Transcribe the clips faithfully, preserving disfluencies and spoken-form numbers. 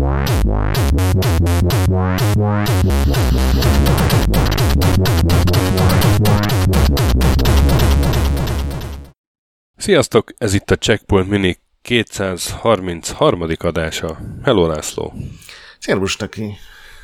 Sziasztok, ez itt a Checkpoint Mini kétszázharmincharmadik adása. Hello, László. Szervus, Taki.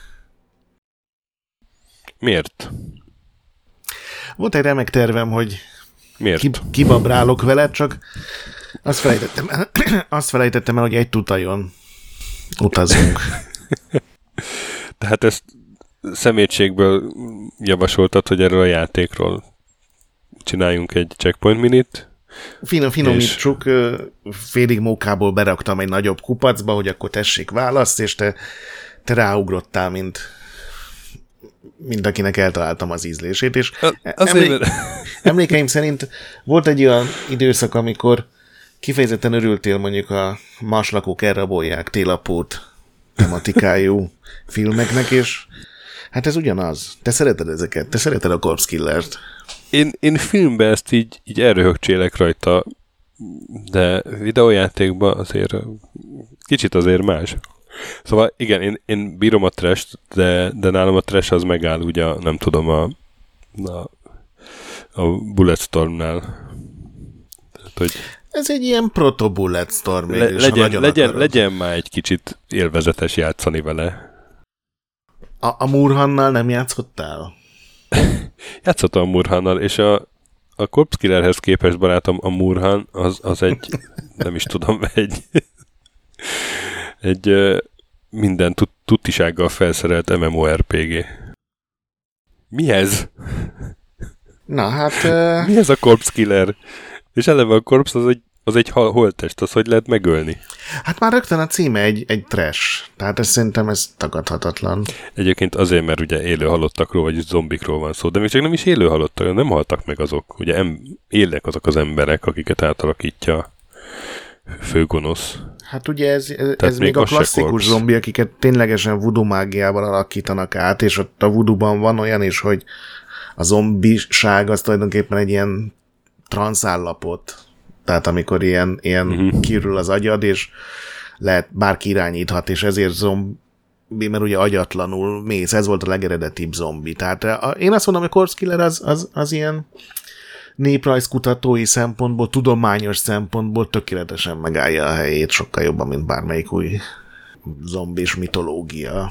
Miért? Volt egy remek tervem, hogy Miért? Ki, kibabrálok veled, csak azt felejtettem, azt felejtettem el, hogy egy tutajon utazunk. Tehát ezt szemétségből javasoltad, hogy erről a játékról csináljunk egy Checkpoint Minit. Finom, finomítsuk, és... félig mókából beraktam egy nagyobb kupacba, hogy akkor tessék választ, és te, te ráugrottál, mint, mint akinek eltaláltam az ízlését. És emlé... mert... emlékeim szerint volt egy olyan időszak, amikor kifejezetten örültél mondjuk a Marslakók elrabolják télapót tematikájú filmeknek, és hát ez ugyanaz. Te szereted ezeket, te szereted a Corpse Killert. Én, én filmben ezt így, így elröhögcsélek rajta, de videójátékban azért kicsit azért más. Szóval igen, én, én bírom a trash-t, de, de nálam a trash az megáll ugye, nem tudom, a, a, a Bulletstormnál. Tehát, hogy ez egy ilyen proto-Bulletstorm. Le, legyen, legyen, legyen már egy kicsit élvezetes játszani vele. A, a Murhannal nem játszottál? Játszottam a Murhannal, és a, a Corpse Killerhez képest, barátom, a Murhan az, az egy, nem is tudom, egy egy minden tuttisággal felszerelt MMORPG. Mi ez? Na hát... Uh... Mi ez a Corpse Killer? És eleve a Corpse az egy, az egy holttest, az hogy lehet megölni? Hát már rögtön a címe egy, egy trash. Tehát ez szerintem ez tagadhatatlan. Egyébként azért, mert ugye élő halottakról, vagy zombikról van szó, de még csak nem is élő halottak, nem haltak meg azok. Ugye em, élnek azok az emberek, akiket átalakítja a főgonosz. Hát ugye ez, ez még, még a klasszikus zombi, akiket ténylegesen voodoo mágiával alakítanak át, és ott a voodooban van olyan is, hogy a zombiság az tulajdonképpen egy ilyen transzállapot. Tehát amikor ilyen, ilyen uh-huh. kiürül az agyad, és lehet bárki irányíthat, és ezért zombi, mert ugye agyatlanul mész, ez volt a legeredetibb zombi. Tehát a, én azt mondom, hogy a Corpse Killer az, az, az ilyen néprajzkutatói szempontból, tudományos szempontból tökéletesen megállja a helyét, sokkal jobban, mint bármelyik új zombis mitológia.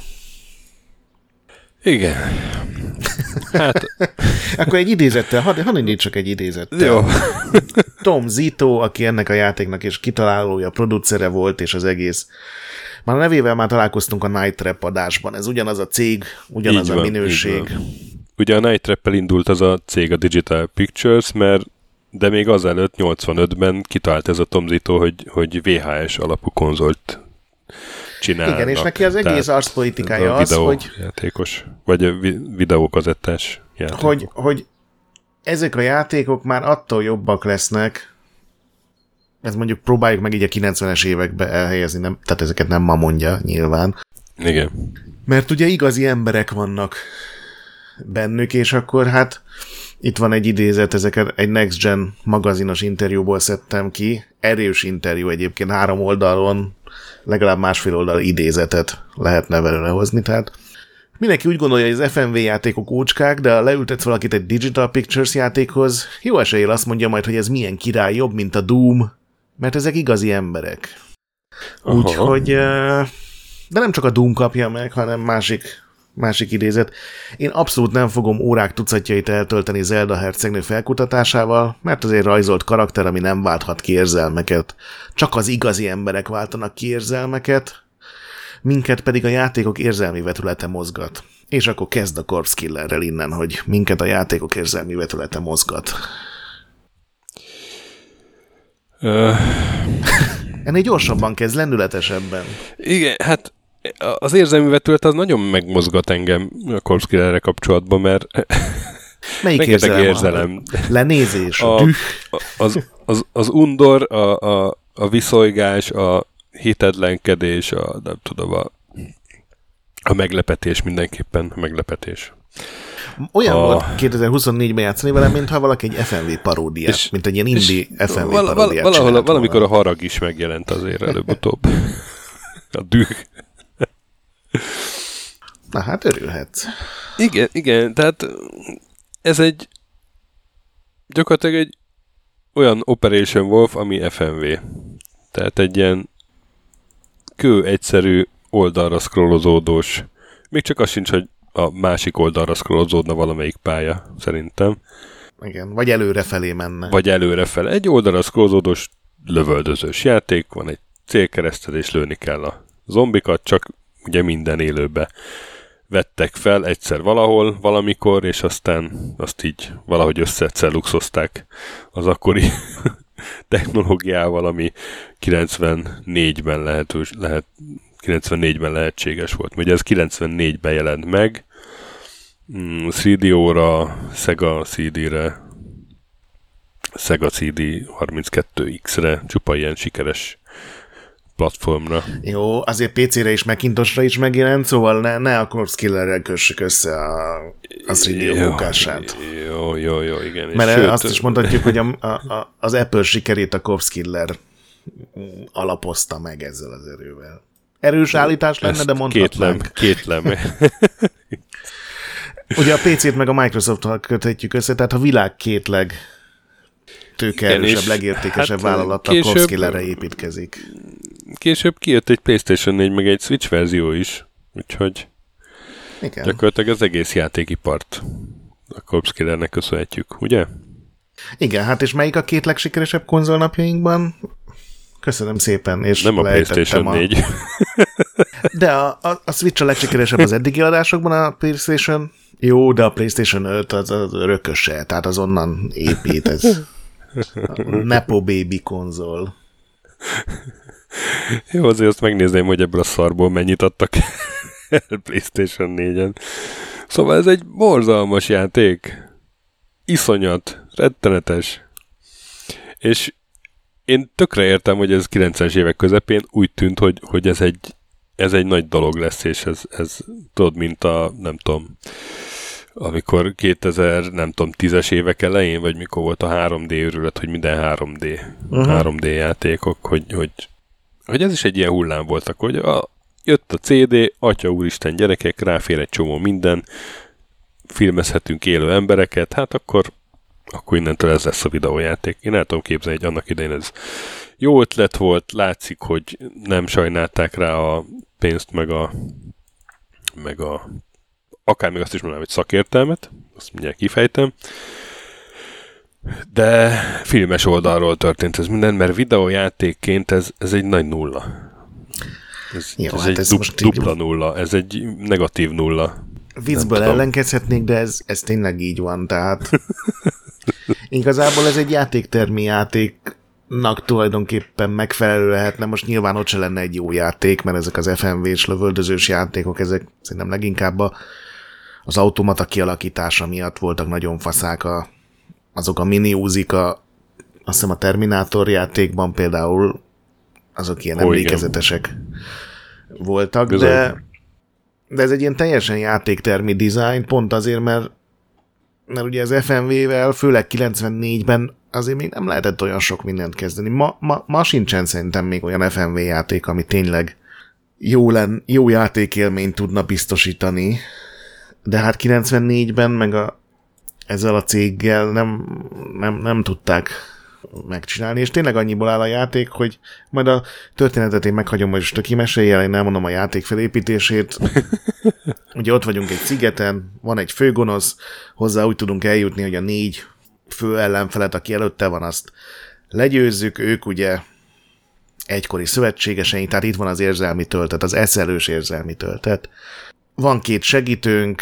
Igen. Hát... Akkor egy idézettel, hadd hadd indítsak egy idézettel. Jó. Tom Zito, aki ennek a játéknak is kitalálója, producere volt, és az egész... Már a nevével már találkoztunk a Night Trap adásban. Ez ugyanaz a cég, ugyanaz így a van, minőség. Ugye a Night Trap-el indult az a cég, a Digital Pictures, mert de még azelőtt nyolcvanötben kitalált ez a Tom Zito, hogy, hogy vé há es alapú konzolt csinálnak. Igen, és neki az egész arcpolitikája az, hogy... játékos, vagy a videókazettás játékok. Hogy, hogy ezek a játékok már attól jobbak lesznek, ez mondjuk próbáljuk meg így a kilencvenes évekbe elhelyezni, nem, tehát ezeket nem ma mondja nyilván. Igen. Mert ugye igazi emberek vannak bennük, és akkor hát itt van egy idézet, ezeket egy Next Gen magazinos interjúból szedtem ki, erős interjú egyébként, három oldalon, legalább másfél oldal idézetet lehetne belőle hozni, tehát mindenki úgy gondolja, hogy az ef em vé játékok ócskák, de ha leültetsz valakit egy Digital Pictures játékhoz, jó eséllyel azt mondja majd, hogy ez milyen király, jobb, mint a Doom, mert ezek igazi emberek. Úgyhogy, de nem csak a Doom kapja meg, hanem másik, másik idézet. Én abszolút nem fogom órák tucatjait eltölteni Zelda hercegnő felkutatásával, mert az egy rajzolt karakter, ami nem válthat ki érzelmeket. Csak az igazi emberek váltanak ki érzelmeket, minket pedig a játékok érzelmi vetülete mozgat. És akkor kezd a Corpse Killerrel innen, hogy minket a játékok érzelmi vetülete mozgat. Uh... Ennél gyorsabban kezd, lendületesebben. Igen, hát az érzelmi vetület az nagyon megmozgat engem a Corpse Killerrel kapcsolatban, mert melyik érzelem? érzelem? Lenézés, a, düh. Az, az, az undor, a, a, a viszolygás, a hitetlenkedés, a, nem tudom, a, a meglepetés mindenképpen, a meglepetés. Olyan a... volt kétezer-huszonnégyben játszani velem, mintha valaki egy ef em vé paródiát, és, mint egy ilyen indie ef em vé val- paródiát val- valahol, Valamikor a harag is megjelent azért előbb-utóbb. A düh. Na hát örülhetsz. Igen, igen, tehát ez egy gyakorlatilag egy olyan Operation Wolf, ami ef em vé. Tehát egy ilyen kő egyszerű oldalra scrollozódós. Még csak az sincs, hogy a másik oldalra scrollozódna valamelyik pálya, szerintem. Igen, vagy előrefelé menne. Vagy előrefele. Egy oldalra scrollozódós lövöldözős játék, van egy célkereszted, és lőni kell a zombikat, csak ugye minden élőbe vettek fel egyszer valahol, valamikor, és aztán azt így valahogy összecelluxozták az akkori technológiával, ami kilencvennégyben lehetős, lehet, kilencvennégyben lehetséges volt. Ugye ez kilencvennégyben jelent meg, há dé óra, Sega cé dé-re, Sega cé dé harminckettő iksz-re, csupa ilyen sikeres platformra. Jó, azért pé cére is, Macintosra is megjelent, szóval ne, ne a Corpse Killerrel kössük össze a, a three dé munkását. Jó, jó, jó, igen. Mert sőt, azt is mondhatjuk, hogy a, a, az Apple sikerét a Corpse Killer alapozta meg ezzel az erővel. Erős állítás lenne, de mondhatnánk. Kétlem, kétlem. Ugye a pé cét meg a Microsoft-tal köthetjük össze, tehát a világ két leg tőkeerősebb, legértékesebb hát vállalata a Corpse Killerre építkezik. Később kijött egy PlayStation négy, meg egy Switch verzió is, úgyhogy igen. Gyakorlatilag az egész játékipart a Corpse Killernek köszönhetjük, ugye? Igen, hát és melyik a két legsikeresebb konzol napjainkban? Köszönöm szépen, és nem a PlayStation a... négy. De a, a, a Switch a legsikeresebb az eddigi adásokban, a PlayStation jó, de a PlayStation öt az, az örököse, tehát az onnan épít, ez Nepo Baby konzol. Jó, azért azt megnézném, hogy ebből a szarból mennyit adtak el PlayStation négyen. Szóval ez egy borzalmas játék. Iszonyat, rettenetes. És én tökre értem, hogy ez kilencvenes évek közepén úgy tűnt, hogy, hogy ez, egy, ez egy nagy dolog lesz, és ez, ez tudod, mint a, nem tudom, amikor kétezer, nem tudom, tízes évek elején, vagy mikor volt a három dé őrület, hogy minden három dé, uh-huh. három dé játékok, hogy, hogy, hogy ez is egy ilyen hullám volt, akkor, hogy a, jött a cé dé, atya úristen gyerekek, ráfér egy csomó minden, filmezhetünk élő embereket, hát akkor, akkor innentől ez lesz a videójáték. Én el tudom képzelni, hogy annak idején ez jó ötlet volt, látszik, hogy nem sajnálták rá a pénzt, meg a, meg a akár még azt is mondanám, hogy szakértelmet, azt mindjárt kifejtem, de filmes oldalról történt ez minden, mert videójátékként ez, ez egy nagy nulla. Ez, Jó, ez hát egy ez du- most dupla így... nulla, ez egy negatív nulla. Viccből ellenkezhetnék, de ez, ez tényleg így van, tehát igazából ez egy játéktermi játéknak tulajdonképpen megfelelő lehetne, most nyilván ott se lenne egy jó játék, mert ezek az ef em vé-s lövöldözős játékok, ezek szerintem leginkább a az automata kialakítása miatt voltak nagyon faszák a, azok a mini-úzik, a, azt hiszem a Terminátor játékban például azok ilyen Ó, emlékezetesek igen. voltak, de, de ez egy ilyen teljesen játéktermi design, pont azért, mert, mert ugye az ef em vé-vel, főleg kilencvennégyben azért még nem lehetett olyan sok mindent kezdeni. Ma, ma, ma sincsen szerintem még olyan ef em vé játék, ami tényleg jó, len, jó játékélményt tudna biztosítani, de hát kilencvennégyben meg a, ezzel a céggel nem, nem, nem tudták megcsinálni, és tényleg annyiból áll a játék, hogy majd a történetet én meghagyom, hogy Stöki mesélj el, én elmondom a játék felépítését. Ugye ott vagyunk egy szigeten, van egy főgonosz, hozzá úgy tudunk eljutni, hogy a négy fő ellenfelet, aki előtte van, azt legyőzzük, ők ugye egykori szövetségeseink, tehát itt van az érzelmi töltet, az eszelős érzelmi töltet. Van két segítőnk,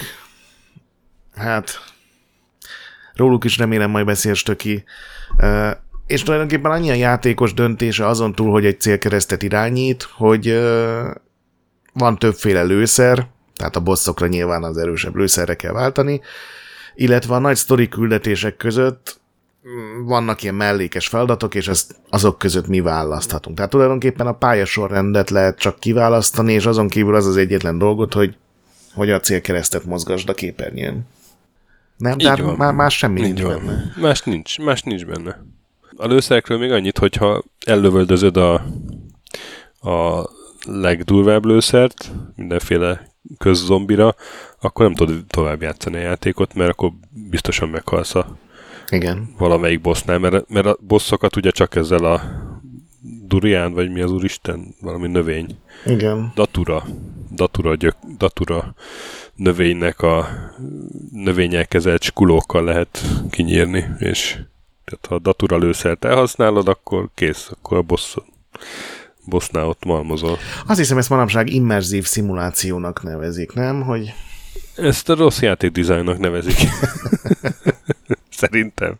hát róluk is remélem majd beszél Stöki, uh, és tulajdonképpen annyi a játékos döntése azon túl, hogy egy célkeresztet irányít, hogy uh, van többféle lőszer, tehát a bosszokra nyilván az erősebb lőszerre kell váltani, illetve a nagy sztori küldetések között vannak ilyen mellékes feladatok, és ezt azok között mi választhatunk. Tehát tulajdonképpen a pályasorrendet lehet csak kiválasztani, és azon kívül az az egyetlen dolgot, hogy hogy a célkeresztet mozgasd a képernyőn. Nem, így tehát má, más semmi így nincs van. Benne. Más nincs, más nincs benne. A lőszerekről még annyit, hogyha ellövöldözöd a, a legdurvább lőszert, mindenféle közzombira, akkor nem tudod tovább játszani a játékot, mert akkor biztosan meghalsz a Igen. valamelyik bossnál, mert, mert a bosszokat ugye csak ezzel a durián, vagy mi az úristen, valami növény. Igen. Datura. Datura, gyök, datura növénynek a növényel kezelt skulókkal lehet kinyírni, és tehát ha a datura lőszert elhasználod, akkor kész, akkor a boss, bossnál ott malmozol. Azt hiszem, ezt manapság immerzív szimulációnak nevezik, nem? Hogy... Ezt a rossz játékdizájnnak nevezik. Szerintem.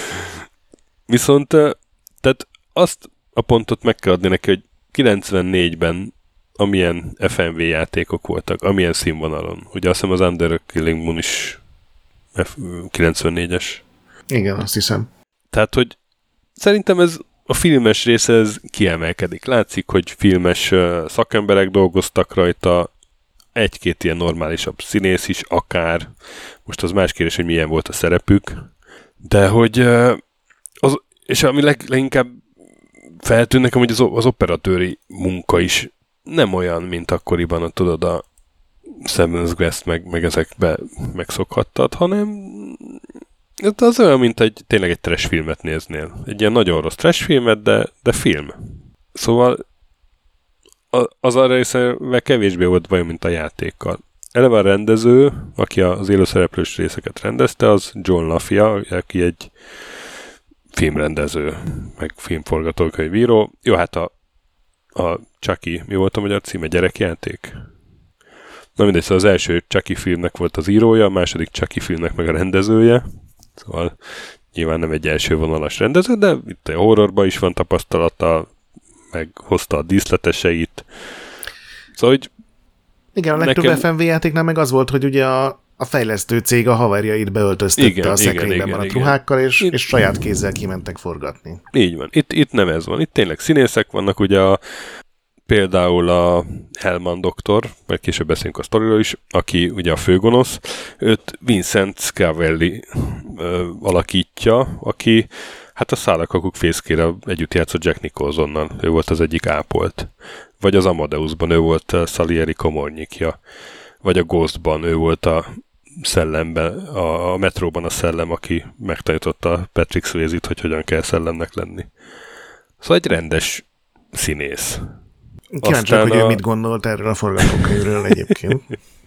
Viszont tehát azt a pontot meg kell adni neki, hogy kilencvennégyben amilyen ef em vé játékok voltak, amilyen színvonalon. Ugye azt hiszem az Under the Killing Moon is kilencvennégyes. Igen, azt hiszem. Tehát, hogy szerintem ez a filmes része ez kiemelkedik. Látszik, hogy filmes szakemberek dolgoztak rajta, egy-két ilyen normálisabb színész is, akár. Most az más kérdés, hogy milyen volt a szerepük. De hogy az, és ami leg, leginkább feltűnt nekem, hogy az, az operatőri munka is nem olyan, mint akkoriban, tudod, a Seven's Guest meg, meg ezekbe megszokhattad, hanem az olyan, mint egy, tényleg egy trash filmet néznél. Egy ilyen nagyon rossz trash filmet, de, de film. Szóval az arra részével kevésbé volt baj, mint a játékkal. Eleve a rendező, aki az élőszereplős részeket rendezte, az John LaFia, aki egy filmrendező, meg filmforgatókönyvíró. Jó, hát a, a Chucky, mi volt a magyar címe? Gyerekjáték? Na mindegy, szóval az első Chucky filmnek volt az írója, a második Chucky filmnek meg a rendezője. Szóval nyilván nem egy első vonalas rendező, de itt a horrorban is van tapasztalata, meg hozta a díszleteseit. Szóval, hogy igen, a legtöbb nekem... ef em vé játéknál meg az volt, hogy ugye a, a fejlesztő cég a haverjait beöltöztette igen, a szekrényben maradt ruhákkal, és, itt... és saját kézzel kimentek forgatni. Így van. Itt, itt nem ez van. Itt tényleg színészek vannak, ugye a, például a Hellman doktor, mert később beszélünk a sztoriról is, aki ugye a főgonosz, őt Vincent Schiavelli ö, alakítja, aki hát a Szálakakuk fészkére együtt játszott Jack Nicholsonnal. Ő volt az egyik ápolt. Vagy az Amadeusban ő volt Salieri komornyikja. Vagy a Ghostban ő volt a szellemben, a, a metróban a szellem, aki megtanította Patrick Swayze-t, hogy hogyan kell szellemnek lenni. Szóval egy rendes színész. Kíváncsiak, hogy a... ő mit gondolt erről a forgatókönyvről egyébként.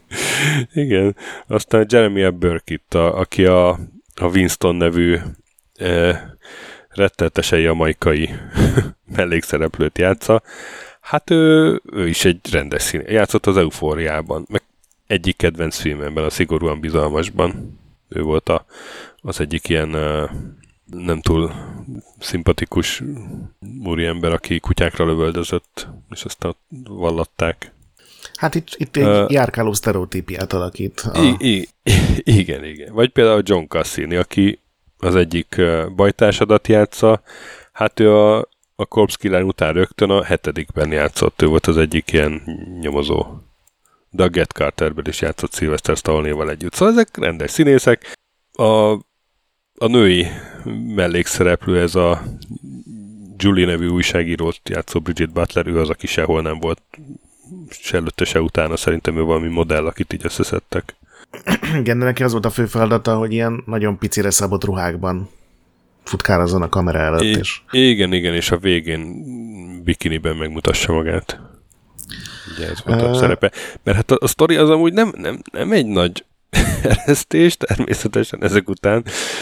Igen. Aztán Jeremiah Burkitt, a, aki a, a Winston nevű eh, retteltesen jamaikai mellékszereplőt játsza. Hát ő, ő is egy rendes színész. Játszott az Eufóriában, meg egyik kedvenc filmemben, a Szigorúan bizalmasban. Ő volt a, az egyik ilyen uh, nem túl szimpatikus úriember, aki kutyákra lövöldözött, és aztán vallatták. Hát itt, itt egy uh, járkáló sztereotípiát alakít. A... I- i- igen, igen. Vagy például John Cassini, aki az egyik uh, bajtársadat játsza. Hát ő a A Corpse Killer után rögtön a hetedikben játszott. Ő volt az egyik ilyen nyomozó. De a Get Carterből is játszott Sylvester Stallone-val együtt. Szóval ezek rendes színészek. A, a női mellékszereplő, ez a Julie nevű újságírót játszó Bridget Butler, ő az, aki sehol nem volt. Se előtte, se utána. Szerintem ő valami modell, akit így összeszedtek. Igen, de neki az volt a fő feladata, hogy ilyen nagyon picire szabott ruhákban futkározzon a kamera előtt I- is. Igen, igen, és a végén bikiniben megmutassa magát. Ugye ez volt a uh... szerepe. Mert hát a, a sztori az amúgy nem, nem, nem egy nagy eresztés, természetesen ezek után.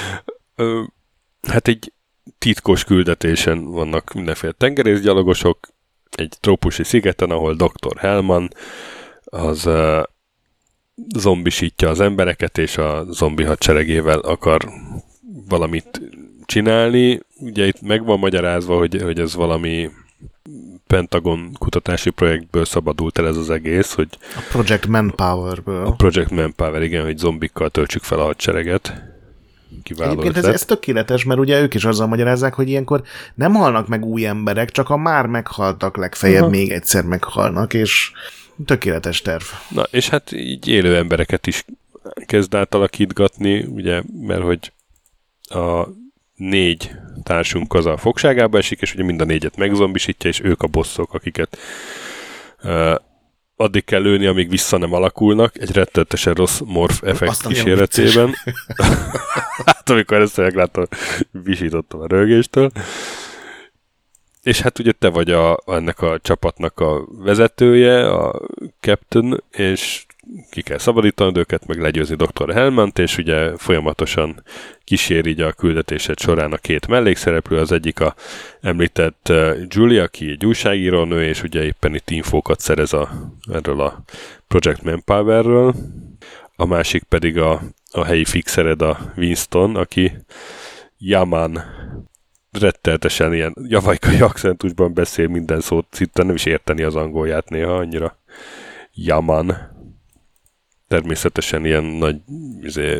Ö, hát egy titkos küldetésen vannak mindenféle tengerészgyalogosok, egy trópusi szigeten, ahol doktor Hellman az uh, zombisítja az embereket, és a zombi hadseregével akar valamit csinálni. Ugye itt meg van magyarázva, hogy, hogy ez valami Pentagon kutatási projektből szabadult el ez az egész, hogy a Project Manpowerből. A Project Manpower, igen, hogy zombikkal töltsük fel a hadsereget. Kiváló Egyébként ez, ez tökéletes, mert ugye ők is azzal magyarázzák, hogy ilyenkor nem halnak meg új emberek, csak a már meghaltak legfeljebb uh-huh. még egyszer meghalnak, és tökéletes terv. Na, és hát így élő embereket is kezd átalakítgatni, ugye, mert hogy a négy társunk az a fogságába esik, és ugye mind a négyet megzombisítja, és ők a bosszok, akiket uh, addig kell lőni, amíg vissza nem alakulnak, egy rettenetesen rossz morf effekt kíséretében. Hát amikor ezt megláttam, visítottam a rögéstől. És hát ugye te vagy a, ennek a csapatnak a vezetője, a captain, és ki kell szabadítani őket, meg legyőzni doktor Hellmant, és ugye folyamatosan kísér így a küldetésed során a két mellékszereplő, az egyik a említett Julia, aki egy újságírónő, és ugye éppen itt infókat szerez a, erről a Project Manpowerről. A másik pedig a, a helyi fixered, a Winston, aki Yaman rettenetesen ilyen javajkai akcentusban beszél minden szót, szinte nem is érteni az angolját néha, annyira Yaman. Természetesen ilyen nagy izé,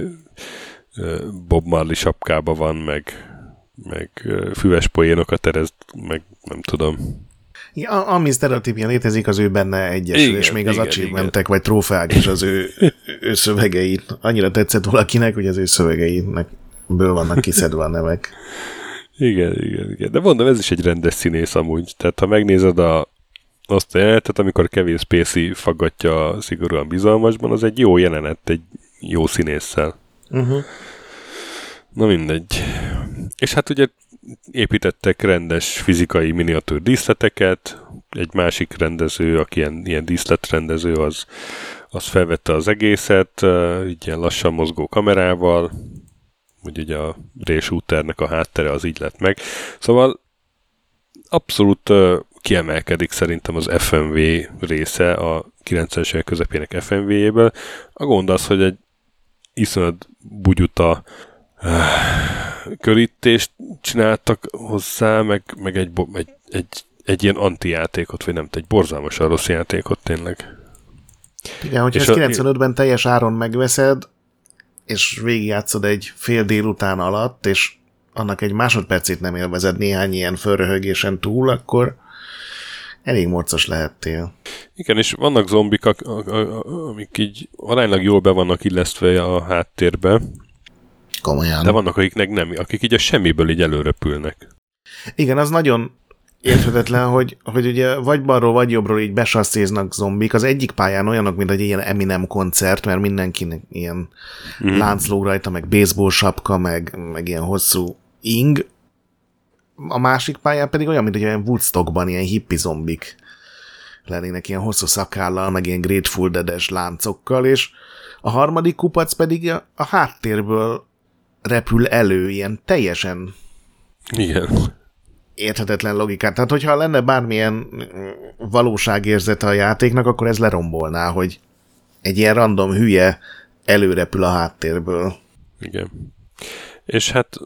Bob Marley sapkába van, meg, meg füves poénokat ereszt, meg nem tudom. Ja, ami sztereotípia létezik, az ő benne egyesül, igen, és még igen, az achievementek vagy trófeák is az ő, ő szövegeit. Annyira tetszett valakinek, hogy az ő szövegeinek ből vannak kiszedve a nevek. Igen, igen, igen. De mondom, ez is egy rendes színész amúgy. Tehát ha megnézed a, azt a jelenetet, amikor Kevin Spacey faggatja szigorúan bizalmasban, az egy jó jelenet, egy jó színésszel. Uh-huh. Na mindegy. És hát ugye építettek rendes fizikai miniatűr díszleteket, egy másik rendező, aki ilyen, ilyen díszletrendező, az, az felvette az egészet, így ilyen lassan mozgó kamerával, hogy ugye a Ray Shooternek a háttere az így lett meg. Szóval abszolút uh, kiemelkedik szerintem az ef em vé része a kilencvenes évek közepének ef em vé-jéből. A gond az, hogy egy iszonyat bugyuta uh, körítést csináltak hozzá, meg, meg egy, egy, egy, egy ilyen anti-játékot, vagy nem, egy borzalmasan rossz játékot tényleg. Igen, hogyha ezt kilencvenötben teljes áron megveszed, és végigjátszod egy fél délután alatt, és annak egy másodpercét nem élvezed néhány ilyen fölröhögésen túl, akkor elég morcos lehettél. Igen, és vannak zombik, amik így aránylag jól be vannak illesztve a háttérbe. Komolyan. De vannak, akiknek nem, akik így a semmiből így előrepülnek. Igen, az nagyon érthetetlen, hogy, hogy ugye vagy balról, vagy jobbról így besasszéznak zombik. Az egyik pályán olyanok, mint egy ilyen Eminem koncert, mert mindenkinek ilyen mm. láncló rajta, meg baseball sapka, meg, meg ilyen hosszú ing. A másik pályán pedig olyan, mint egy olyan Woodstockban ilyen hippi zombik lennének ilyen hosszú szakállal, meg ilyen Grateful Dead-es láncokkal, és a harmadik kupac pedig a, a háttérből repül elő, ilyen teljesen igen. érthetetlen logikát. Tehát, hogyha lenne bármilyen valóságérzete a játéknak, akkor ez lerombolná, hogy egy ilyen random hülye előrepül a háttérből. Igen. És hát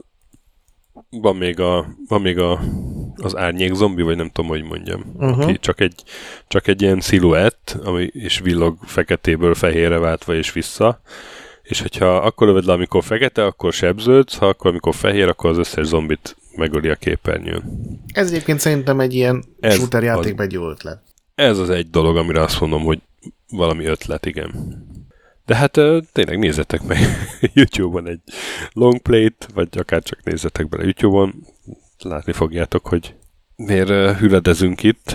van még, a, van még a, az árnyék zombi, vagy nem tudom, hogy mondjam. Uh-huh. Aki csak egy, csak egy ilyen sziluett, ami is villog feketéből fehérre váltva és vissza. És hogyha akkor lövöd le, amikor fekete, akkor sebződsz, ha akkor, amikor fehér, akkor az összes zombit megöli a képernyőn. Ez egyébként szerintem egy ilyen ez shooter játékban egy jó ötlet. Ez az egy dolog, amire azt mondom, hogy valami ötlet, igen. De hát tényleg nézzetek meg YouTube-on egy longplay-t, vagy akár csak nézzetek bele YouTube-on, látni fogjátok, hogy miért hüledezünk itt.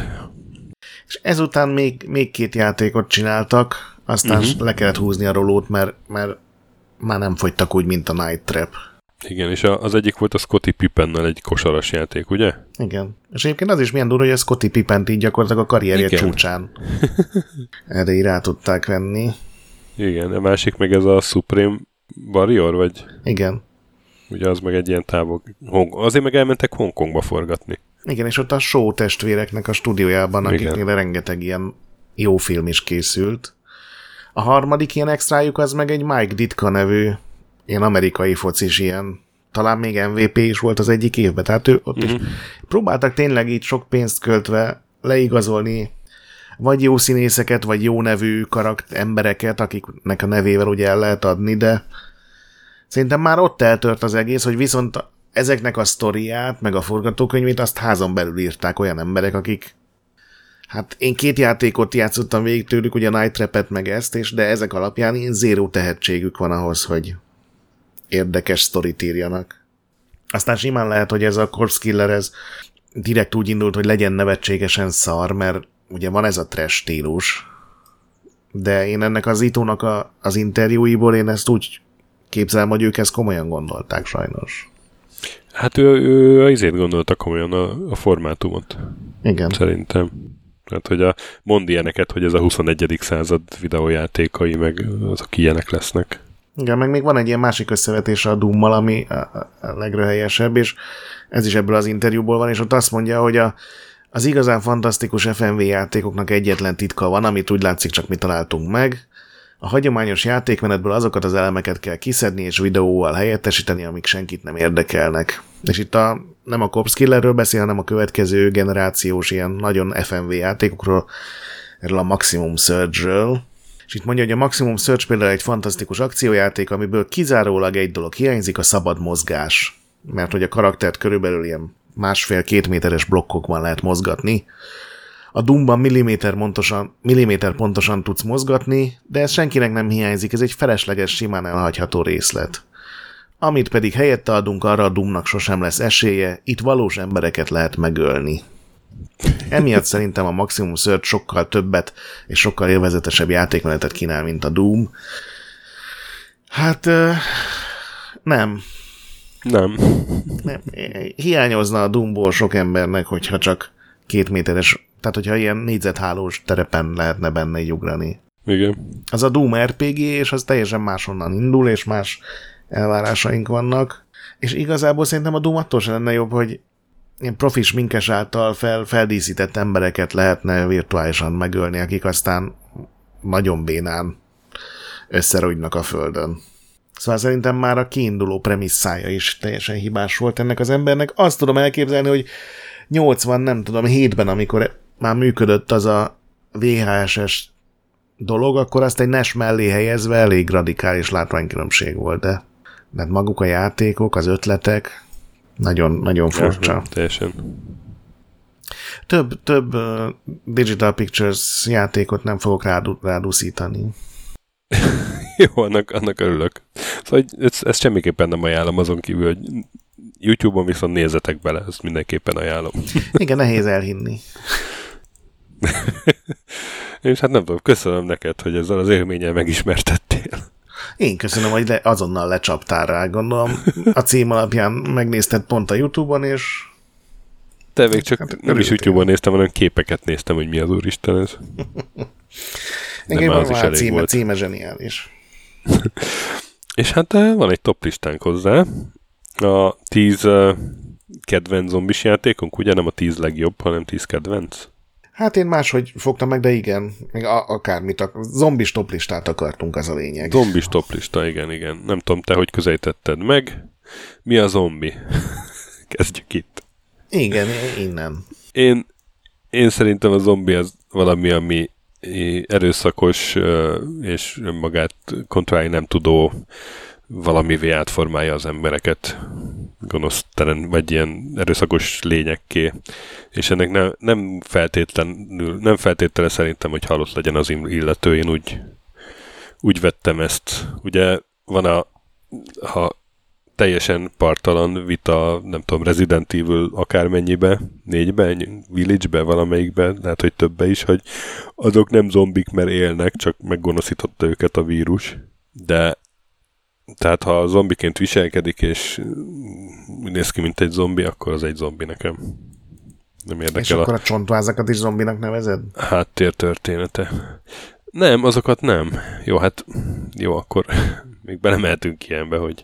És ezután még, még két játékot csináltak, aztán uh-huh. le kellett húzni a rolót, mert, mert már nem fogytak úgy, mint a Night Trap. Igen, és az egyik volt a Scottie Pippennel egy kosaras játék, ugye? Igen. És egyébként az is milyen durva, hogy a Scottie Pippent így gyakorlatilag a karrierje igen. csúcsán. Erre így rá tudták venni. Igen, a másik meg ez a Supreme Warrior, vagy? Igen. Ugye az meg egy ilyen távol... Hong... Azért meg elmentek Hongkongba forgatni. Igen, és ott a Show testvéreknek a stúdiójában, akiknél rengeteg ilyen jó film is készült. A harmadik ilyen extrájuk az meg egy Mike Ditka nevű ilyen amerikai focis, ilyen talán még em vé pé is volt az egyik évben, tehát ő ott mm-hmm. is próbáltak tényleg így sok pénzt költve leigazolni vagy jó színészeket, vagy jó nevű karakt embereket, akiknek a nevével ugye el lehet adni, de szerintem már ott eltört az egész, hogy viszont ezeknek a sztoriát, meg a forgatókönyvét azt házon belül írták olyan emberek, akik hát én két játékot játszottam végig tőlük, ugye a Night Trap-et meg ezt, és de ezek alapján ilyen zéró tehetségük van ahhoz, hogy érdekes sztorit írjanak. Aztán simán lehet, hogy ez a Corpse Killer, ez direkt úgy indult, hogy legyen nevetségesen szar, mert ugye van ez a trash stílus, de én ennek az Itónak a, az interjúiból én ezt úgy képzelem, hogy ők ezt komolyan gondolták sajnos. Hát ő, ő azért gondolta komolyan a, a formátumot. Igen. Szerintem. Hát, hogy a, mond ilyeneket, hogy ez a huszonegyedik század videójátékai, meg azok ilyenek lesznek. Igen, meg még van egy ilyen másik összevetése a Doommal, ami a, a legröhelyesebb, és ez is ebből az interjúból van, és ott azt mondja, hogy a, az igazán fantasztikus ef em vé játékoknak egyetlen titka van, amit úgy látszik csak mi találtunk meg. A hagyományos játékmenetből azokat az elemeket kell kiszedni és videóval helyettesíteni, amik senkit nem érdekelnek. És itt a, nem a Corpse Killerről beszél, hanem a következő generációs ilyen nagyon ef em vé játékokról, erről a Maximum Surge-ről. És itt mondja, hogy a Maximum Surge például egy fantasztikus akciójáték, amiből kizárólag egy dolog hiányzik, a szabad mozgás. Mert hogy a karaktert körülbelül ilyen másfél-két méteres blokkokban lehet mozgatni. A Doomban milliméter pontosan, milliméter pontosan tudsz mozgatni, de ez senkinek nem hiányzik, ez egy felesleges, simán elhagyható részlet. Amit pedig helyette adunk, arra a Doomnak sosem lesz esélye, itt valós embereket lehet megölni. Emiatt szerintem a Maximum Surge sokkal többet és sokkal élvezetesebb játékmenetet kínál, mint a Doom. Hát nem. Nem. nem. Hiányozna a Doomból sok embernek, hogyha csak két méteres, tehát hogyha ilyen négyzethálós terepen lehetne benne így ugrani. Igen. Az a Doom er pé gé, és az teljesen máshonnan indul, és más elvárásaink vannak. És igazából szerintem a Doom attól sem lenne jobb, hogy ilyen profis minkes által fel, feldíszített embereket lehetne virtuálisan megölni, akik aztán nagyon bénán összerogynak a földön. Szóval szerintem már a kiinduló premisszája is teljesen hibás volt ennek az embernek. Azt tudom elképzelni, hogy nyolcvan, nem tudom, hétben, amikor már működött az a vé há es-es dolog, akkor azt egy nes mellé helyezve elég radikális látványkülönbség volt, de, de maguk a játékok, az ötletek nagyon, nagyon furcsa. Ja, teljesen. Több, több uh, Digital Pictures játékot nem fogok rád, rádúszítani. Jó, annak, annak örülök. Szóval ezt, ezt semmiképpen nem ajánlom, azon kívül, hogy YouTube-on viszont nézzetek bele, ezt mindenképpen ajánlom. Igen, nehéz elhinni. És hát nem tudom, köszönöm neked, hogy ezzel az élménnyel megismertettél. Én köszönöm, hogy le, azonnal lecsaptál rá, gondolom. A cím alapján megnézted pont a YouTube-on, és... Te még csak hát, nem is YouTube-on néztem, hanem képeket néztem, hogy mi az úristen ez. Igen, az is elég címe, volt. Címe zseniális. És hát van egy top listánk hozzá. A tíz uh, kedvenc zombis játékunk, ugye nem a tíz legjobb, hanem tíz kedvenc. Hát én máshogy fogtam meg, de igen, még a- akármit, a zombis toplistát akartunk, az a lényeg. Zombis toplista, igen, igen. Nem tudom, te hogy közelítetted meg. Mi a zombi? Kezdjük itt. Igen, innen. Én, én szerintem a zombi az valami, ami erőszakos és önmagát kontrollálni nem tudó valamivé átformálja az embereket gonosztelen, vagy ilyen erőszakos lényekké. És ennek ne, nem feltétlenül, nem feltétlenül szerintem, hogy halott legyen az illető. Én úgy, úgy vettem ezt. Ugye van a, ha teljesen partalan vita, nem tudom, Resident Evil akármennyibe, négybe, Village-be, valamelyikbe, lehet, hogy többe is, hogy azok nem zombik, mert élnek, csak meggonoszította őket a vírus. De tehát ha a zombiként viselkedik, és úgy néz ki, mint egy zombi, akkor az egy zombi nekem. Nem érdekel. És akkor a, a csontvázakat is zombinak nevezed? Háttér története. Nem, azokat nem. Jó, hát jó, akkor még belemehetünk ilyenbe, hogy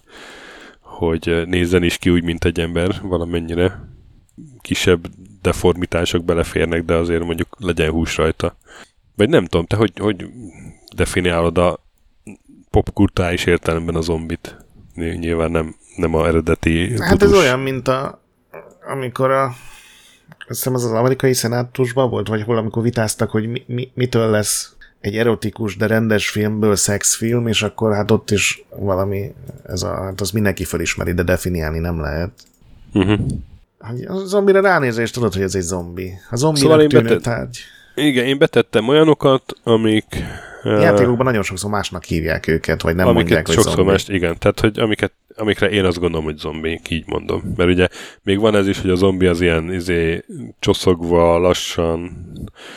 hogy nézzen is ki úgy, mint egy ember valamennyire. Kisebb deformitások beleférnek, de azért mondjuk legyen hús rajta. Vagy nem tudom, te hogy, hogy definiálod a popkulturális értelemben a zombit? Nyilván nem, nem a eredeti Hát tudós. Ez olyan, mint a, amikor a azt hiszem az az amerikai szenátusban volt, vagy hol, amikor vitáztak, hogy mi, mi, mitől lesz egy erotikus, de rendes filmből szexfilm, és akkor hát ott is valami, ez a, hát az mindenki felismeri, de definiálni nem lehet. Uh-huh. A zombira ránézés tudod, hogy ez egy zombi. A zombinak szóval tűnő betett, tárgy. Igen, én betettem olyanokat, amik... A játékokban nagyon sokszor másnak hívják őket, vagy nem amiket mondják, hogy sokszor zombi. Mást, igen, tehát hogy amiket, amikre én azt gondolom, hogy zombi, így mondom. Mert ugye még van ez is, hogy a zombi az ilyen izé, csoszogva, lassan,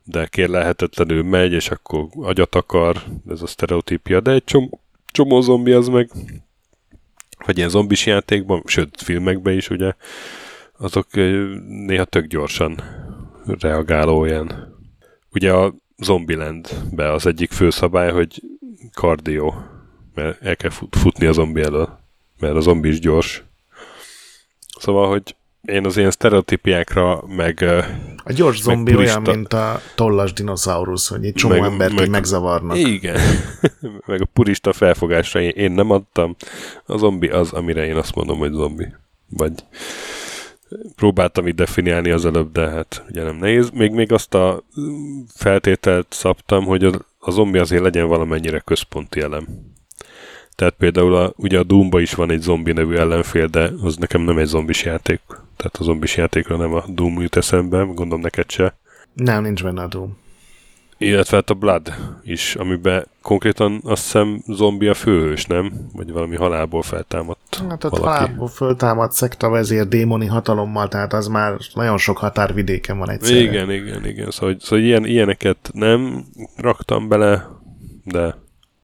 de kérlelhetetlenül megy, és akkor agyat akar, ez a sztereotípia, de egy csomó, csomó zombi az meg, vagy ilyen zombis játékban, sőt filmekben is ugye, azok néha tök gyorsan reagáló ilyen. Ugye a Zombielandben az egyik főszabály, hogy kardió, mert el kell fut, futni a zombi elől, mert a zombi is gyors. Szóval, hogy én az ilyen sztereotípiákra, meg a gyors zombi purista... olyan, mint a tollas dinoszaurusz, hogy egy csomó meg, embert meg, megzavarnak. Igen. Meg a purista felfogásra én, én nem adtam. A zombi az, amire én azt mondom, hogy zombi. Vagy próbáltam itt definiálni az előbb, de hát ugye nem nehéz. Még, még azt a feltételt szabtam, hogy a, a zombi azért legyen valamennyire központi elem. Tehát például a, ugye a Doomba is van egy zombi nevű ellenfél, de az nekem nem egy zombis játék. Tehát a zombis játékra nem a Doom jut eszembe, gondolom neked se. Nem, nincs benne a Doom. Illetve hát a Blood is, amiben konkrétan azt hiszem zombi a főhős, nem? Vagy valami halálból feltámadt hát ott valaki. halálból feltámadt szektavezér démoni hatalommal, tehát az már nagyon sok határvidéken van egyszerre. Igen, igen, igen. Szóval, szóval ilyen, ilyeneket nem raktam bele, de...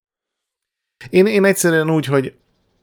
Én, én egyszerűen úgy, hogy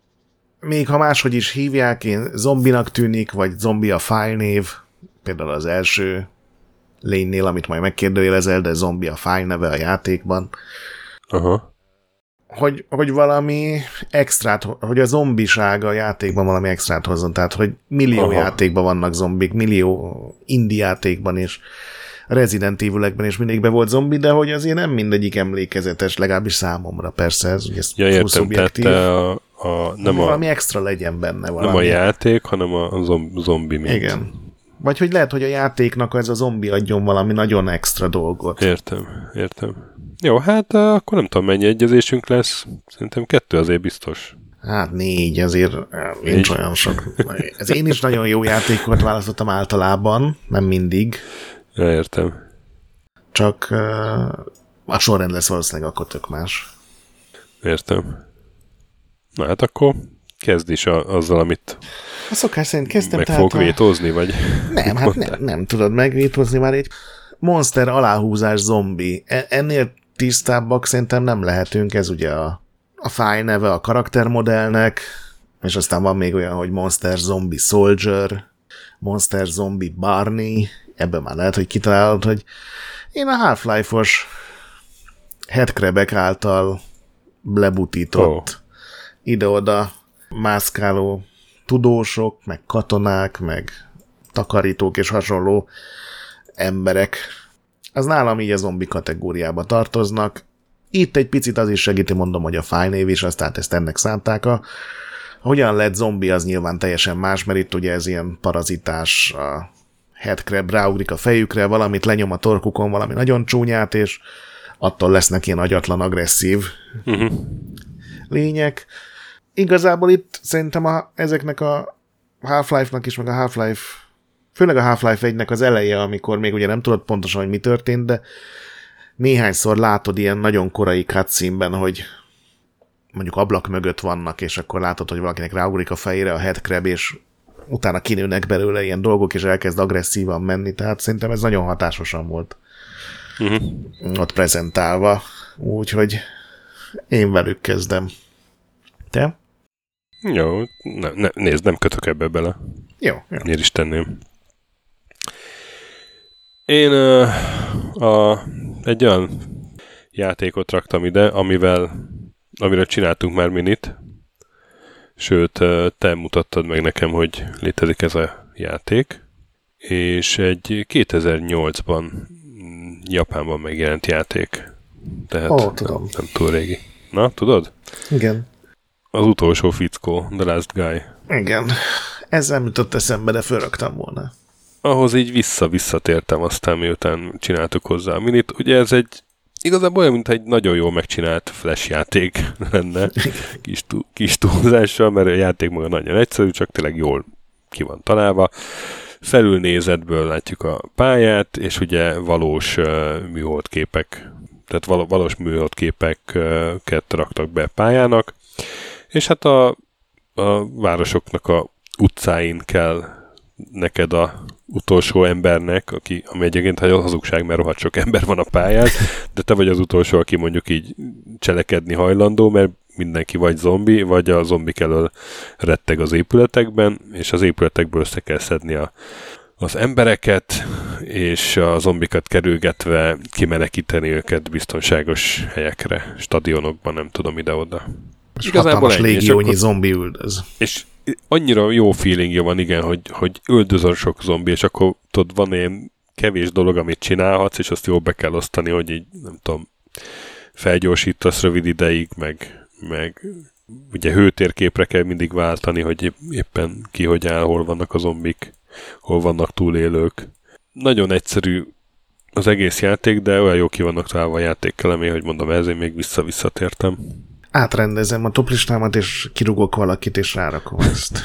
még ha máshogy is hívják, én zombinak tűnik, vagy zombi a fájlnév, például az első lénynél, amit majd megkérdőjelezel, de zombi a fájl neve a játékban. Aha. Hogy, hogy valami extrát, hogy a zombiság a játékban valami extrát hozzon, tehát hogy millió Aha. játékban vannak zombik, millió indie játékban és Resident Evil-ekben is mindegyikben volt zombi, de hogy azért nem mindegyik emlékezetes, legalábbis számomra, persze ez ugye ja, értem, szubjektív. A, a, nem valami a, extra legyen benne. Valami. Nem a játék, hanem a zombi mint. Igen. Vagy hogy lehet, hogy a játéknak ez a zombi adjon valami nagyon extra dolgot. Értem, értem. Jó, hát akkor nem tudom, mennyi egyezésünk lesz. Szerintem kettő azért biztos. Hát négy, azért nincs olyan sok. Ez én is nagyon jó játékokat választottam általában, nem mindig. Ja, értem. Csak uh, a sorrend lesz valószínűleg akkor tök más. Értem. Na hát akkor kezd is a, azzal, amit a szokás szerint kezdtem. Meg fog a... vétózni, vagy? Nem, hát nem, nem tudod megvétózni már egy monster aláhúzás zombi. Ennél tisztábbak szerintem nem lehetünk, ez ugye a, a fájl neve a karaktermodellnek, és aztán van még olyan, hogy Monster Zombie Soldier, Monster Zombie Barney, ebben már lehet, hogy kitalálod, hogy én a Half-Life-os headcrabek által lebutított oh. ide-oda mászkáló tudósok, meg katonák, meg takarítók és hasonló emberek. Az nálam így a zombi kategóriába tartoznak. Itt egy picit az is segíti, mondom, hogy a fájlnév is, aztán ezt ennek szánták. A hogyan lett zombi, az nyilván teljesen más, mert itt ugye ez ilyen parazitás, a headcrab ráugrik a fejükre, valamit lenyom a torkukon, valami nagyon csúnyát, és attól lesznek ilyen agyatlan, agresszív uh-huh. lények. Igazából itt szerintem a, ezeknek a Half-Life-nak is, meg a Half-Life, főleg a Half-Life egynek az eleje, amikor még ugye nem tudod pontosan, hogy mi történt, de néhányszor látod ilyen nagyon korai cutscene-ben, hogy mondjuk ablak mögött vannak, és akkor látod, hogy valakinek ráugrik a fejére a headcrab, és utána kinőnek belőle ilyen dolgok, és elkezd agresszívan menni, tehát szerintem ez nagyon hatásosan volt uh-huh. ott prezentálva, úgyhogy én velük kezdem. Te? Jó, ne, ne, nézd, nem kötök ebbe bele. Jó. jó. Miért is tenném? Én uh, a, egy olyan játékot raktam ide, amivel amiről csináltunk már minit, sőt, te mutattad meg nekem, hogy létezik ez a játék, és egy kétezer-nyolcban Japánban megjelent játék. Tehát oh, tudom. Nem, nem túl régi. Na, tudod? Igen. Az utolsó fickó, The Last Guy. Igen. Ez nem jutott eszembe, de fölraktam volna. Ahhoz így vissza-visszatértem aztán, miután csináltuk hozzá a minit. Ugye ez egy igazából olyan, mint egy nagyon jól megcsinált flash játék lenne, kis, túl, kis túlzással, mert a játék maga nagyon egyszerű, csak tényleg jól ki van találva. Felülnézetből látjuk a pályát, és ugye valós uh, műholdképek, tehát val- valós műholdképeket raktak be pályának, és hát a, a városoknak a utcáin kell neked a utolsó embernek, aki, ami egyébként hazugság, mert rohadt sok ember van a pályán, de te vagy az utolsó, aki mondjuk így cselekedni hajlandó, mert mindenki vagy zombi, vagy a zombik elől retteg az épületekben, és az épületekből össze kell szedni a, az embereket, és a zombikat kerülgetve kimenekíteni őket biztonságos helyekre, stadionokban, nem tudom, ide-oda. És igazából hatalmas légiónyi zombi üldöz. És annyira jó feelingja van, igen, hogy, hogy üldöz a sok zombi, és akkor tudod, van ilyen kevés dolog, amit csinálhatsz, és azt jól be kell osztani, hogy így, nem tudom, felgyorsítasz rövid ideig, meg, meg ugye hőtérképre kell mindig váltani, hogy éppen ki hogy áll, hol vannak a zombik, hol vannak túlélők. Nagyon egyszerű az egész játék, de olyan jó ki vannak találva a játékelemé, hogy mondom, ezért még vissza-visszatértem. Átrendezem a toplistámat, és kirúgok valakit, és rárakom ezt.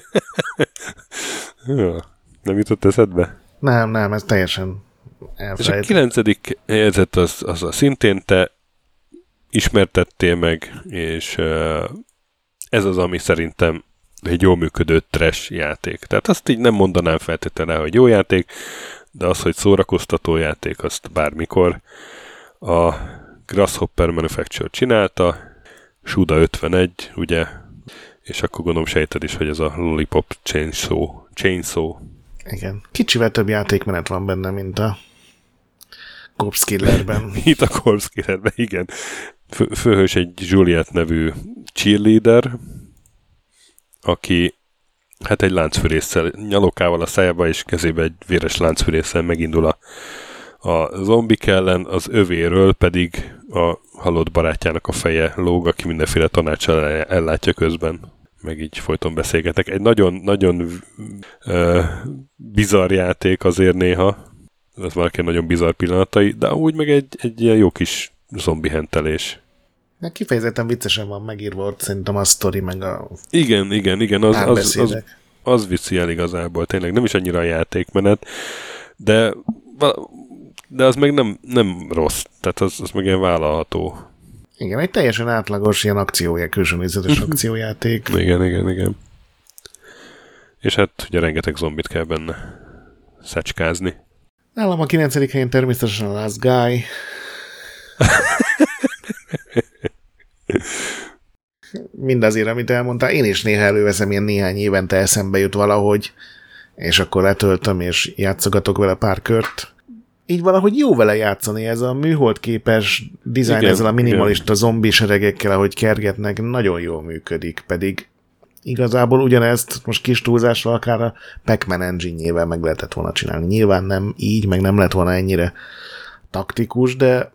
Ja, nem jutott eszedbe? Nem, nem, ez teljesen elfelejtett. És a kilencedik helyzet az, az a szintén te ismertettél meg, és uh, ez az, ami szerintem egy jól működő trash játék. Tehát azt így nem mondanám feltétlenül, hogy jó játék, de az, hogy szórakoztató játék, azt bármikor. A Grasshopper Manufacture csinálta, Suda ötvenegy, ugye, és akkor gondolom sejted is, hogy ez a Lollipop Chainsaw. Chainsaw. Igen. Kicsivel több játékmenet van benne, mint a Corpse Killerben. Itt a Corpse Killerben, igen. Fő, főhős egy Juliet nevű cheerleader, aki hát egy láncfűrésszel, nyalokával a szájába és kezébe egy véres láncfűrésszel megindul a, a zombik ellen, az övéről pedig a halott barátjának a feje lóg, aki mindenféle tanácssal ellátja közben. Meg így folyton beszélgetek. Egy nagyon-nagyon uh, bizarr játék azért néha. Ez már egy nagyon bizarr pillanatai, de úgy meg egy, egy ilyen jó kis zombi hentelés. De kifejezetten viccesen van megírva ott szerintem a sztori, meg a igen, igen, igen, az, az, az, az vicci el igazából, tényleg nem is annyira a játékmenet, de, de az meg nem, nem rossz, tehát az, az meg ilyen vállalható. Igen, egy teljesen átlagos ilyen akciója, külsőnézetes akciójáték. Igen, igen, igen. És hát ugye rengeteg zombit kell benne szecskázni. Nálam a kilencedik helyen természetesen a Last Guy. Mindazért, amit elmondtál, én is néha előveszem, ilyen néhány évente eszembe jut valahogy, és akkor letöltöm, és játszogatok vele pár kört. Így valahogy jó vele játszani, ez a műholdképes dizájn, ezzel a minimalista zombi seregekkel, ahogy kergetnek, nagyon jól működik, pedig igazából ugyanezt most kis túlzásra akár a Pac-Man engine-jével meg lehetett volna csinálni. Nyilván nem így, meg nem lett volna ennyire taktikus, de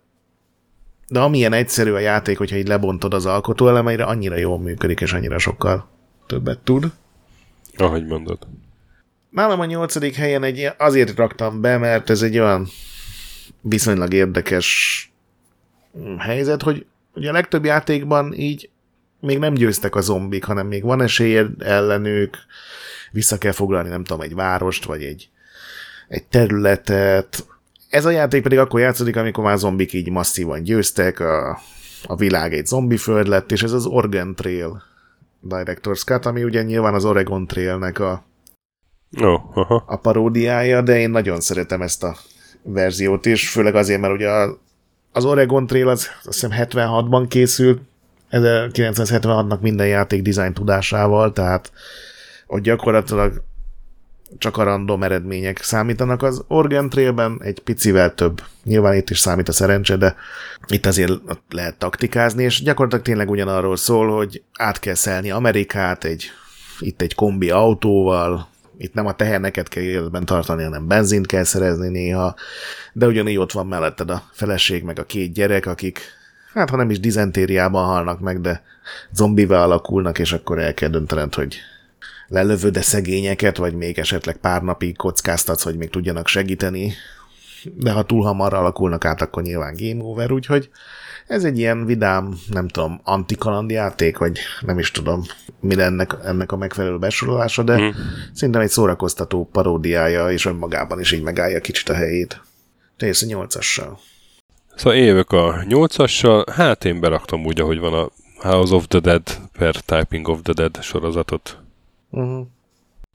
de amilyen egyszerű a játék, hogyha így lebontod az alkotó elemeire, annyira jól működik, és annyira sokkal többet tud. Ahogy mondod. Nálam a nyolcadik helyen egy, azért raktam be, mert ez egy olyan viszonylag érdekes helyzet, hogy ugye a legtöbb játékban így még nem győztek a zombik, hanem még van esélyed ellenük, vissza kell foglalni, nem tudom, egy várost, vagy egy, egy területet. Ez a játék pedig akkor játszódik, amikor már zombik így masszívan győztek, a, a világ egy zombiföld lett, és ez az Oregon Trail Director's Cut, ami ugye nyilván az Oregon Trailnek a, oh, aha. a paródiája, de én nagyon szeretem ezt a verziót is, főleg azért, mert ugye az Oregon Trail az azt hiszem hetvenhatban készült, ezerkilencszázhetvenhatnak minden játék design tudásával, tehát ott gyakorlatilag csak a random eredmények számítanak. Az Oregon Trailben egy picivel több. Nyilván itt is számít a szerencse, de itt azért lehet taktikázni, és gyakorlatilag tényleg ugyanarról szól, hogy át kell szelni Amerikát egy, itt egy kombi autóval, itt nem a teherneket kell életben tartani, hanem benzint kell szerezni néha, de ugyanígy ott van melletted a feleség, meg a két gyerek, akik, hát ha nem is dizentériában halnak meg, de zombivel alakulnak, és akkor el kell döntened, hogy lelövöd-e szegényeket, vagy még esetleg pár napig kockáztatsz, hogy még tudjanak segíteni, de ha túl hamar alakulnak át, akkor nyilván game over, úgyhogy ez egy ilyen vidám, nem tudom, antikalandjáték, vagy nem is tudom, mi ennek, ennek a megfelelő besorolása, de mm. szerintem egy szórakoztató paródiája, és önmagában is így megállja kicsit a helyét. Te jössz a nyolcassal. Szóval én jövök a nyolcassal, hát én beraktam úgy, ahogy van a House of the Dead per Typing of the Dead sorozatot. Uh-huh.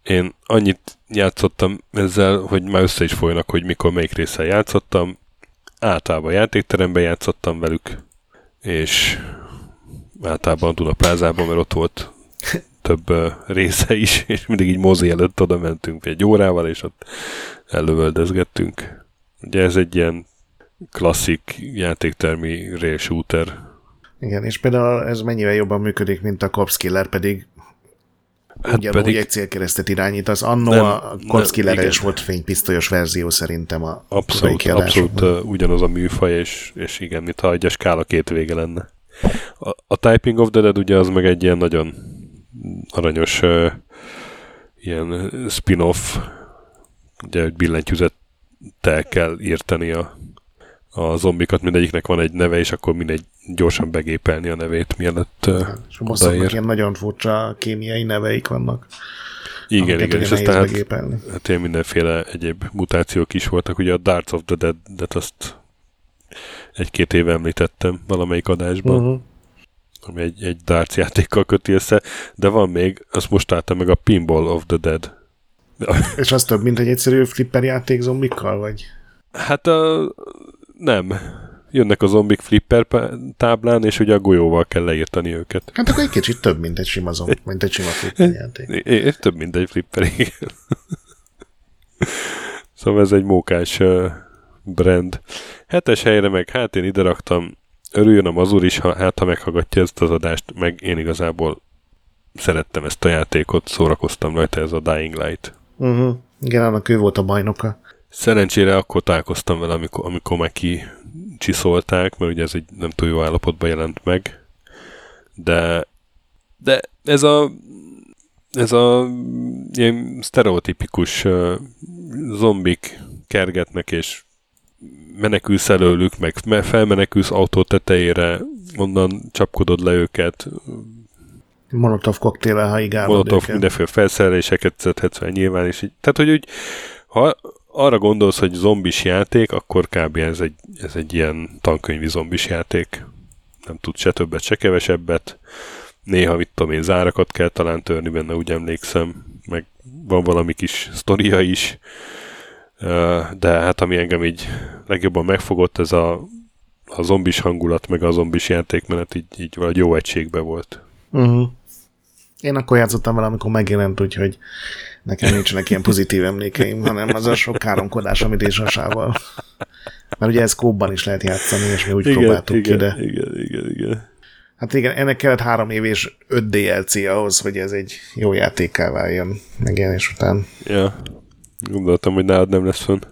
én annyit játszottam ezzel, hogy már össze is folynak, hogy mikor melyik résszel játszottam. Általában játékteremben játszottam velük, és általában a Dunaplázában, mert ott volt több uh, része is, és mindig így mozi előtt oda mentünk egy órával, és ott ellövöldezgettünk. Ugye ez egy ilyen klasszik játéktermi rail shooter. Igen, és például ez mennyivel jobban működik, mint a Corpse Killer, pedig hát ugyanúgy pedig egy célkeresztet irányít. Az annó nem, a Corpse Killer is volt fénypisztolyos verzió szerintem a abszolút, abszolút uh, ugyanaz a műfaj, és, és igen, mintha egy a skála két vége lenne. A, a Typing of the Dead ugye az meg egy ilyen nagyon aranyos uh, ilyen spin-off, ugye, hogy billentyűzettel kell írteni a, a zombikat, mindegyiknek van egy neve, és akkor mindegy gyorsan begépelni a nevét, mielőtt uh, és a bosszoknak ilyen nagyon furcsa kémiai neveik vannak. Igen, igen, és aztán hát, hát ilyen mindenféle egyéb mutációk is voltak. Ugye a Darts of the Dead, de azt egy-két éve említettem valamelyik adásban, uh-huh. ami egy, egy darts játékkal köti össze, de van még, azt most álltam meg, a Pinball of the Dead. És az több, mint egy egyszerű flipper játék zombikkal, vagy? Hát a, nem. Jönnek a zombik flipper táblán, és ugye a golyóval kell leírtani őket. Hát akkor egy kicsit több, mint egy sima zombi, mint egy sima flipper játék. É, é, több, mint egy flipper, igen. Szóval ez egy mókás uh, brand. Hetes helyre meg, hát én ide raktam, örüljön a Mazur is, ha, hát ha meghallgatja ezt az adást, meg én igazából szerettem ezt a játékot, szórakoztam rajta, ez a Dying Light. Uh-huh. Igen, annak ő volt a bajnoka. Szerencsére akkor találkoztam vele, amikor, amikor már kicsiszolták, mert ugye ez egy nem túl jó állapotban jelent meg. De, de ez a ez a ilyen sztereotipikus uh, zombik kergetnek, és menekülsz előlük, meg felmenekülsz autó tetejére, onnan csapkodod le őket. Molotov koktéllel haigálod Molotov őket. Mindenféle felszereléseket szedhetsz fel nyilván, és így. Tehát, hogy úgy, ha arra gondolsz, hogy zombis játék, akkor kb. ez egy, ez egy ilyen tankönyvi zombis játék. Nem tud se többet, se kevesebbet. Néha, mit tudom én, zárakat kell talán törni benne, úgy emlékszem. Meg van valami kis sztoria is. De hát ami engem így legjobban megfogott, ez a, a zombis hangulat, meg a zombis játékmenet így, így valahogy jó egységben volt. Uh-huh. Én akkor játszottam vele, amikor megjelent, úgyhogy nekem nincsenek ilyen pozitív emlékeim, hanem az a sok káromkodás, amit és hasával. Mert ugye ez kóbban is lehet játszani, és mi úgy igen, próbáltuk igen, ki, de... Igen, igen, igen. Hát igen, ennek kellett három év és öt dé el cé ahhoz, hogy ez egy jó játékká váljon megjelenés után. Ja, gondoltam, hogy nálad nem lesz fönn.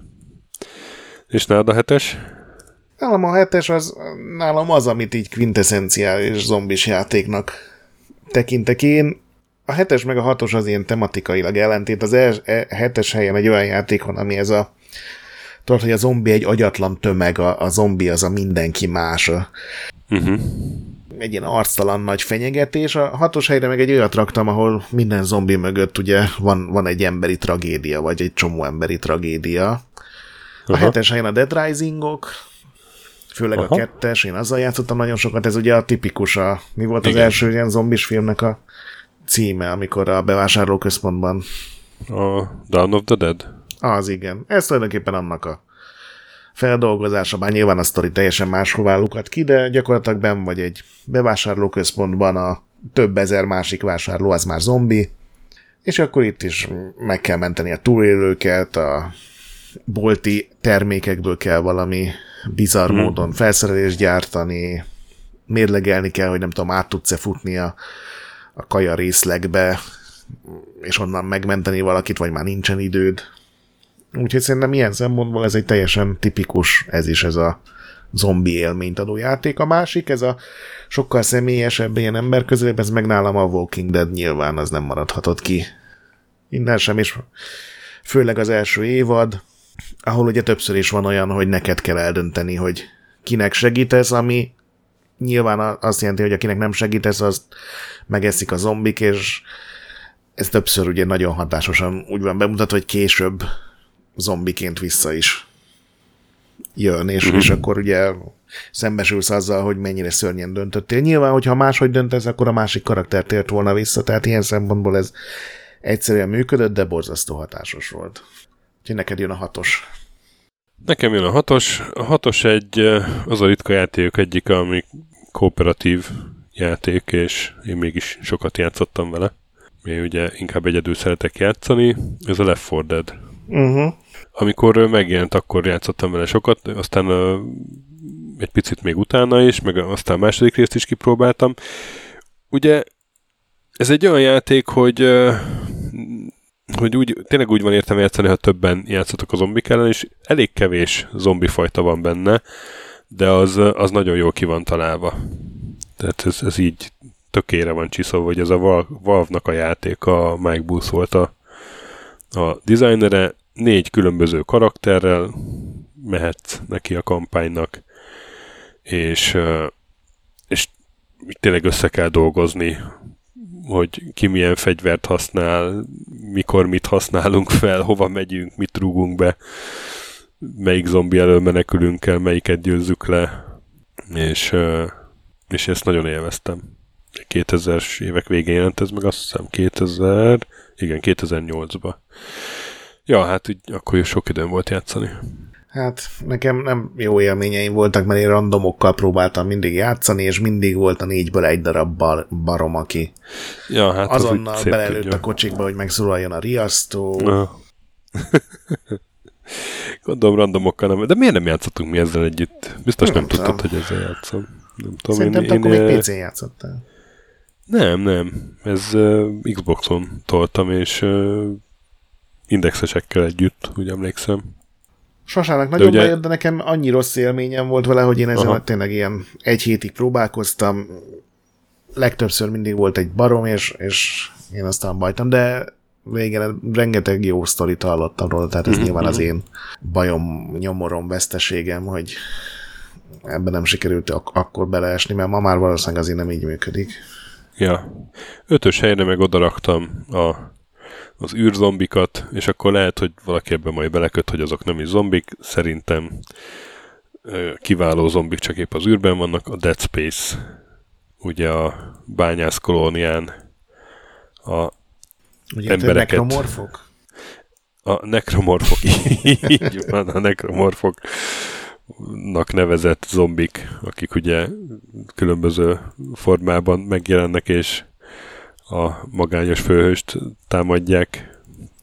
És nálad a hetes? Nálam a hetes az, nálam az, amit így quintessenciális zombis játéknak tekintek én. A hetes meg a hatos az ilyen tematikailag ellentét. Az el, e, hetes helyen egy olyan játék van, ami ez a tudod, hogy a zombi egy agyatlan tömeg, a, a zombi az a mindenki más. Uh-huh. Egy ilyen arctalan nagy fenyegetés. A hatos helyre meg egy olyat raktam, ahol minden zombi mögött ugye van, van egy emberi tragédia, vagy egy csomó emberi tragédia. A uh-huh. hetes helyen a Dead Risingok, főleg Aha. a kettes, én azzal játszottam nagyon sokat, ez ugye a tipikus, a, mi volt Igen. az első ilyen zombis filmnek a címe, amikor a bevásárlóközpontban. A Dawn of the Dead? Az igen. Ez tulajdonképpen annak a feldolgozása, bár nyilván a sztori teljesen máshová lukat ki, de gyakorlatilag benn vagy egy bevásárlóközpontban, a több ezer másik vásárló, az már zombi, és akkor itt is meg kell menteni a túlélőket, a bolti termékekből kell valami bizarr hmm. módon felszerelést gyártani, mérlegelni kell, hogy nem tudom, át tudsz-e futni a, a kaja részlegbe, és onnan megmenteni valakit, vagy már nincsen időd. Úgyhogy szerintem ilyen szempontból ez egy teljesen tipikus, ez is ez a zombi élményt adó játék. A másik, ez a sokkal személyesebb ilyen ember közelében, ez meg nálam a Walking Dead, nyilván az nem maradhatott ki. Innen sem, és főleg az első évad, ahol ugye többször is van olyan, hogy neked kell eldönteni, hogy kinek segítesz, ami nyilván azt jelenti, hogy akinek nem segítesz, azt megeszik a zombik, és ez többször ugye nagyon hatásosan úgy van bemutatva, hogy később zombiként vissza is jön, és, mm-hmm. és akkor ugye szembesülsz azzal, hogy mennyire szörnyen döntöttél. Nyilván, hogyha máshogy döntesz, akkor a másik karakter tért volna vissza, tehát ilyen szempontból ez egyszerűen működött, de borzasztó hatásos volt. Úgyhogy neked jön a hatos. Nekem jön a hatos. A hatos egy az a ritka játékok egyik, ami kooperatív játék, és én mégis sokat játszottam vele. Én ugye inkább egyedül szeretek játszani. Ez a Left four Dead. Uh-huh. Amikor megjelent, akkor játszottam vele sokat, aztán uh, egy picit még utána is, meg aztán a második részt is kipróbáltam. Ugye ez egy olyan játék, hogy, uh, hogy úgy, tényleg úgy van értelme játszani, ha többen játszotok a zombik ellen, és elég kevés zombi fajta van benne, de az, az nagyon jól ki van találva. Tehát ez, ez így tökére van csiszolva, hogy ez a Valve-nak a játék, a Mike Booth volt a, a designere, négy különböző karakterrel mehetsz neki a kampánynak, és, és tényleg össze kell dolgozni, hogy ki milyen fegyvert használ, mikor mit használunk fel, hova megyünk, mit rúgunk be, melyik zombi elől menekülünk el, melyiket győzzük le, és, és ezt nagyon élveztem. kétezres évek végén jelent ez meg, azt hiszem kétezer, igen, kétezer-nyolcban. Ja, hát úgy akkor sok időm volt játszani. Hát nekem nem jó élményeim voltak, mert én randomokkal próbáltam mindig játszani, és mindig volt a négyből egy darab bar- barom, aki ja, hát azonnal az belelőtt a kocsikba, hogy megszólaljon a riasztó. Gondolom randomokkal nem, de miért nem játszottunk mi ezzel együtt? Biztos nem, nem tudtad, hogy ezzel játszom. Nem tudom, Szerintem én, te én, akkor én, még pé cén játszottál. Nem, nem. Ez uh, Xboxon toltam, és uh, indexesekkel együtt, úgy emlékszem. Sasának nagyon ugye... bejött, de nekem annyi rossz élményem volt vele, hogy én ezzel Aha. tényleg ilyen egy hétig próbálkoztam. Legtöbbször mindig volt egy barom, és, és én aztán bajtam, de végén rengeteg jó sztorit hallottam róla, tehát ez mm-hmm. nyilván az én bajom, nyomorom, veszteségem, hogy ebben nem sikerült ak- akkor beleesni, mert ma már valószínűleg azért nem így működik. Ja. Ötös helyre meg odaraktam a, az űrzombikat, és akkor lehet, hogy valaki ebben majd beleköt, hogy azok nem is zombik. Szerintem kiváló zombik, csak épp az űrben vannak. A Dead Space, ugye a bányász kolónián a ugye embereket... a nekromorfok? A nekromorfok, így van, a nekromorfok nak nevezett zombik, akik ugye különböző formában megjelennek, és a magányos főhőst támadják,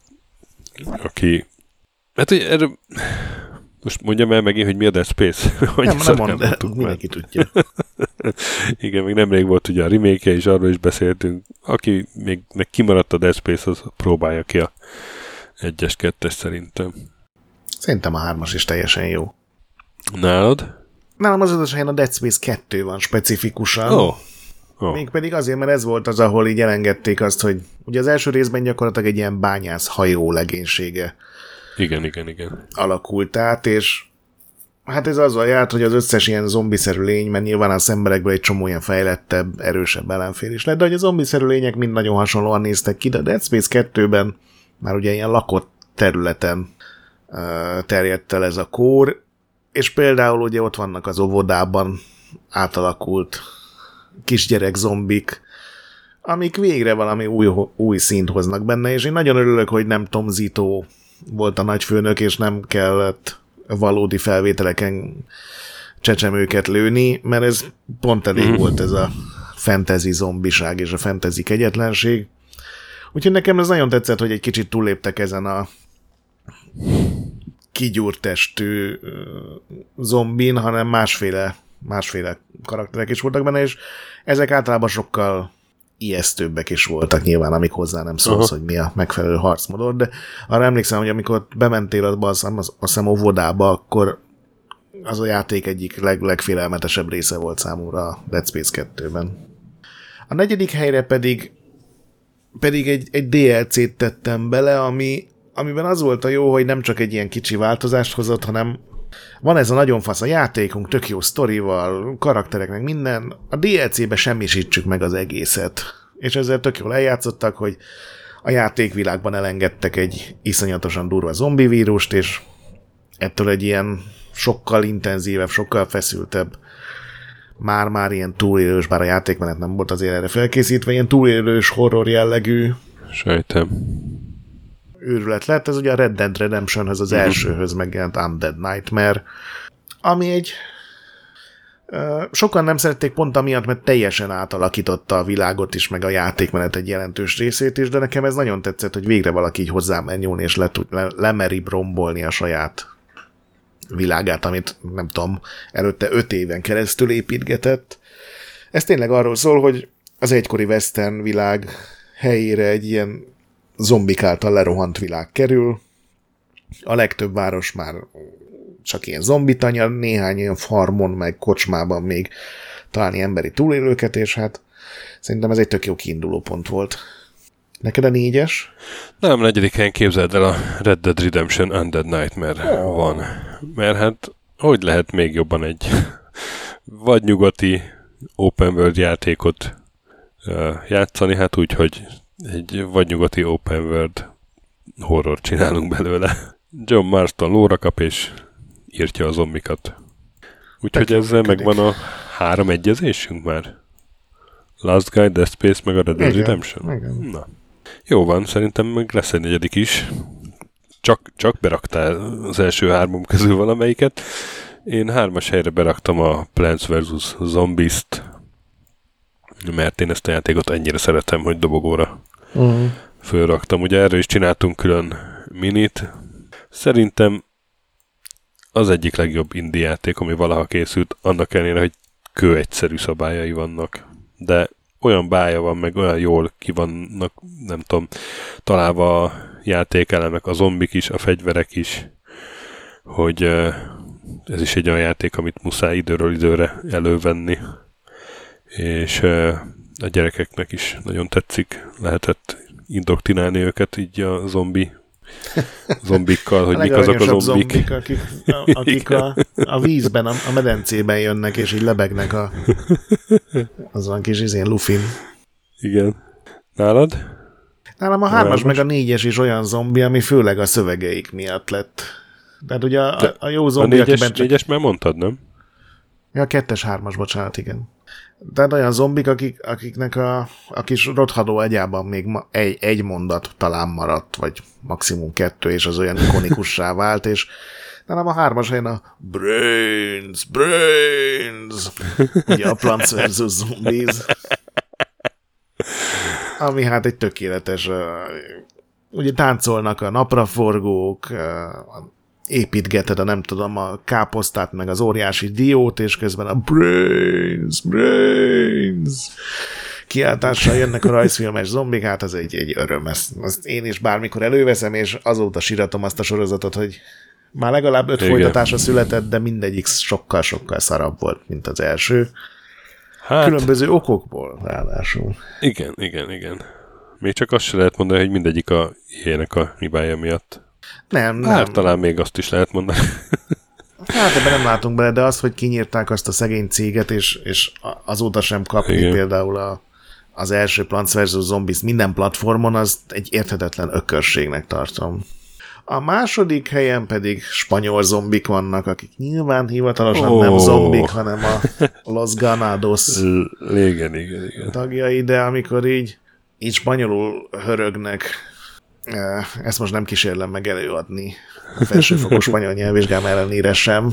aki... Hát ugye erre... Most mondjam el megint, hogy mi a Dead Space? Nem, nem mondd, de mindenki tudja. Igen, még nemrég volt ugye a remake-je, és arról is beszéltünk. Aki még kimaradt a Dead Space, az próbálja ki a egyes, kettes szerintem. Szerintem a hármas is teljesen jó. Nálad? Nálam az ötös helyen a Dead Space kettő van specifikusan. Oh. Oh. Mégpedig azért, mert ez volt az, ahol így elengedték azt, hogy ugye az első részben gyakorlatilag egy ilyen bányász hajó legénysége igen, igen, igen. alakult át, és hát ez azzal járt, hogy az összes ilyen zombiszerű lény, mert nyilván az emberekből egy csomó ilyen fejlettebb, erősebb ellenfél is lett, de hogy a zombiszerű lények mind nagyon hasonlóan néztek ki, de a Dead Space kettőben már ugye ilyen lakott területen uh, terjedt el ez a kór, és például ugye ott vannak az óvodában átalakult kisgyerek zombik, amik végre valami új, új színt hoznak benne, és én nagyon örülök, hogy nem Tom Zito volt a nagyfőnök, és nem kellett valódi felvételeken csecsemőket lőni, mert ez pont elég mm. volt ez a fantasy zombiság és a fantasy kegyetlenség. Úgyhogy nekem ez nagyon tetszett, hogy egy kicsit túlléptek ezen a kigyúrt testű zombin, hanem másféle, másféle karakterek is voltak benne, és ezek általában sokkal ijesztőbbek is voltak nyilván, amik hozzá nem szólsz, uh-huh. hogy mi a megfelelő harcmodor, de arra emlékszem, hogy amikor bementél abba a szem óvodába, akkor az a játék egyik leg, legfélelmetesebb része volt számomra a Dead Space kettőben. A negyedik helyre pedig pedig egy, egy dé el cét tettem bele, ami, amiben az volt a jó, hogy nem csak egy ilyen kicsi változást hozott, hanem van ez a nagyon fasz a játékunk, tök jó sztorival, karaktereknek minden, a dé el cébe semmisítsük meg az egészet. És ezzel tök jól eljátszottak, hogy a játékvilágban elengedtek egy iszonyatosan durva zombi vírust, és ettől egy ilyen sokkal intenzívebb, sokkal feszültebb, már-már ilyen túlélős, bár a játékmenet nem volt azért erre felkészítve, ilyen túlélős horror jellegű Sejtem. Őrület lett, ez ugye a Red Dead Redemptionhöz, az elsőhöz megjelent Undead Nightmare, ami egy uh, sokan nem szerették pont amiatt, mert teljesen átalakította a világot is, meg a játékmenet egy jelentős részét is, de nekem ez nagyon tetszett, hogy végre valaki így hozzám nyúlni, és le, le, lemeri rombolni a saját világát, amit nem tudom, előtte öt éven keresztül építgetett. Ez tényleg arról szól, hogy az egykori western világ helyére egy ilyen zombik által lerohant világ kerül. A legtöbb város már csak ilyen zombitanya, néhány ilyen farmon, meg kocsmában még találni emberi túlélőket, és hát szerintem ez egy tök jó kiinduló pont volt. Neked a négyes? Nem, negyedik helyen képzeld el, a Red Dead Redemption Undead Nightmare oh. van. Mert hát hogy lehet még jobban egy vagy nyugati open world játékot uh, játszani, hát úgy, hogy egy vagy nyugati open world horror csinálunk belőle. John Marston lóra kap és írtja a zombikat. Úgyhogy ezzel megvan a három egyezésünk már. Last Guy, Dead Space, meg a Red Dead Redemption. Igen. Na. Jó van, szerintem meg lesz egy negyedik is. Csak, csak beraktál az első hármom közül valamelyiket. Én hármas helyre beraktam a Plants versus. Zombies-t, mert én ezt a játékot ennyire szeretem, hogy dobogóra uh-huh. fölraktam. Ugye erről is csináltunk külön minit. Szerintem az egyik legjobb indie játék, ami valaha készült, annak ellenére, hogy kő egyszerű szabályai vannak. De olyan bája van, meg olyan jól ki vannak, nem tudom, találva a játékelemek, a zombik is, a fegyverek is, hogy ez is egy olyan játék, amit muszáj időről időre elővenni. És a gyerekeknek is nagyon tetszik, lehetett indoktrinálni őket így a zombi zombikkal, hogy mik azok a zombik. zombik akik, a, akik a, a vízben, a, a medencében jönnek, és így lebegnek a azon kis izén lufin. Igen. Nálad? Nálam a hármas meg a négyes is olyan zombi, ami főleg a szövegeik miatt lett. Tehát ugye a, a jó zombi, a négyes, akiben csak... négyes már mondtad, nem? Ja, a kettes, hármas, bocsánat, igen. Tehát olyan zombik, akik, akiknek a, a kis rothadó agyában még ma, egy, egy mondat talán maradt, vagy maximum kettő, és az olyan ikonikussá vált, és nálam a hármas helyen a Brains, Brains, ugye a Plants versus. Zombies, ami hát egy tökéletes, uh, ugye táncolnak a napraforgók, uh, építgeted a nem tudom, a káposztát, meg az óriási diót, és közben a Brains, Brains kiáltással jönnek a rajzfilmes zombik, hát az egy, egy öröm. Ezt, ezt én is bármikor előveszem, és azóta síratom azt a sorozatot, hogy már legalább öt Igen. folytatása született, de mindegyik sokkal-sokkal szarabb volt, mint az első. Hát, különböző okokból ráadásul. Igen, igen, igen. Még csak azt se lehet mondani, hogy mindegyik a ilyenek a hibája miatt. Nem, nem. Hát talán még azt is lehet mondani. Hát ebben nem látunk bele, de az, hogy kinyírták azt a szegény céget, és, és azóta sem kapni Igen. például a, az első Plants versus. Zombies minden platformon, az egy érthetetlen ökörségnek tartom. A második helyen pedig spanyol zombik vannak, akik nyilván hivatalosan oh. nem zombik, hanem a Los Ganados igen, igen, igen. tagjai, de amikor így, így spanyolul hörögnek, ezt most nem kísérlem meg előadni a felsőfokú spanyol nyelvvizsgám ellenére sem,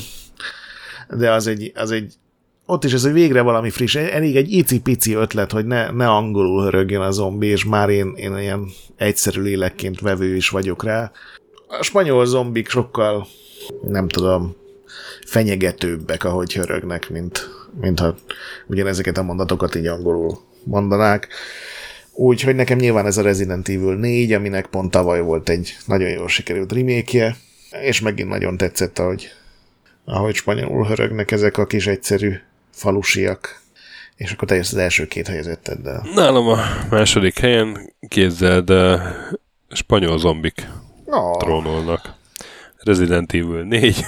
de az egy, az egy ott is ez, hogy végre valami friss, elég egy icipici ötlet, hogy ne, ne angolul hörögjön a zombi, és már én, én ilyen egyszerű lélekként vevő is vagyok rá. A spanyol zombik sokkal, nem tudom, fenyegetőbbek, ahogy hörögnek, mint, mint ha ugyanezeket a mondatokat így angolul mondanák. Úgyhogy nekem nyilván ez a Resident Evil négy, aminek pont tavaly volt egy nagyon jól sikerült remake-je, és megint nagyon tetszett, ahogy, ahogy spanyolul hörögnek ezek a kis egyszerű falusiak. És akkor te jössz az első két helyezetteddel. Nálam a második helyen képzeld, de spanyol zombik oh. trónolnak. Resident Evil négy.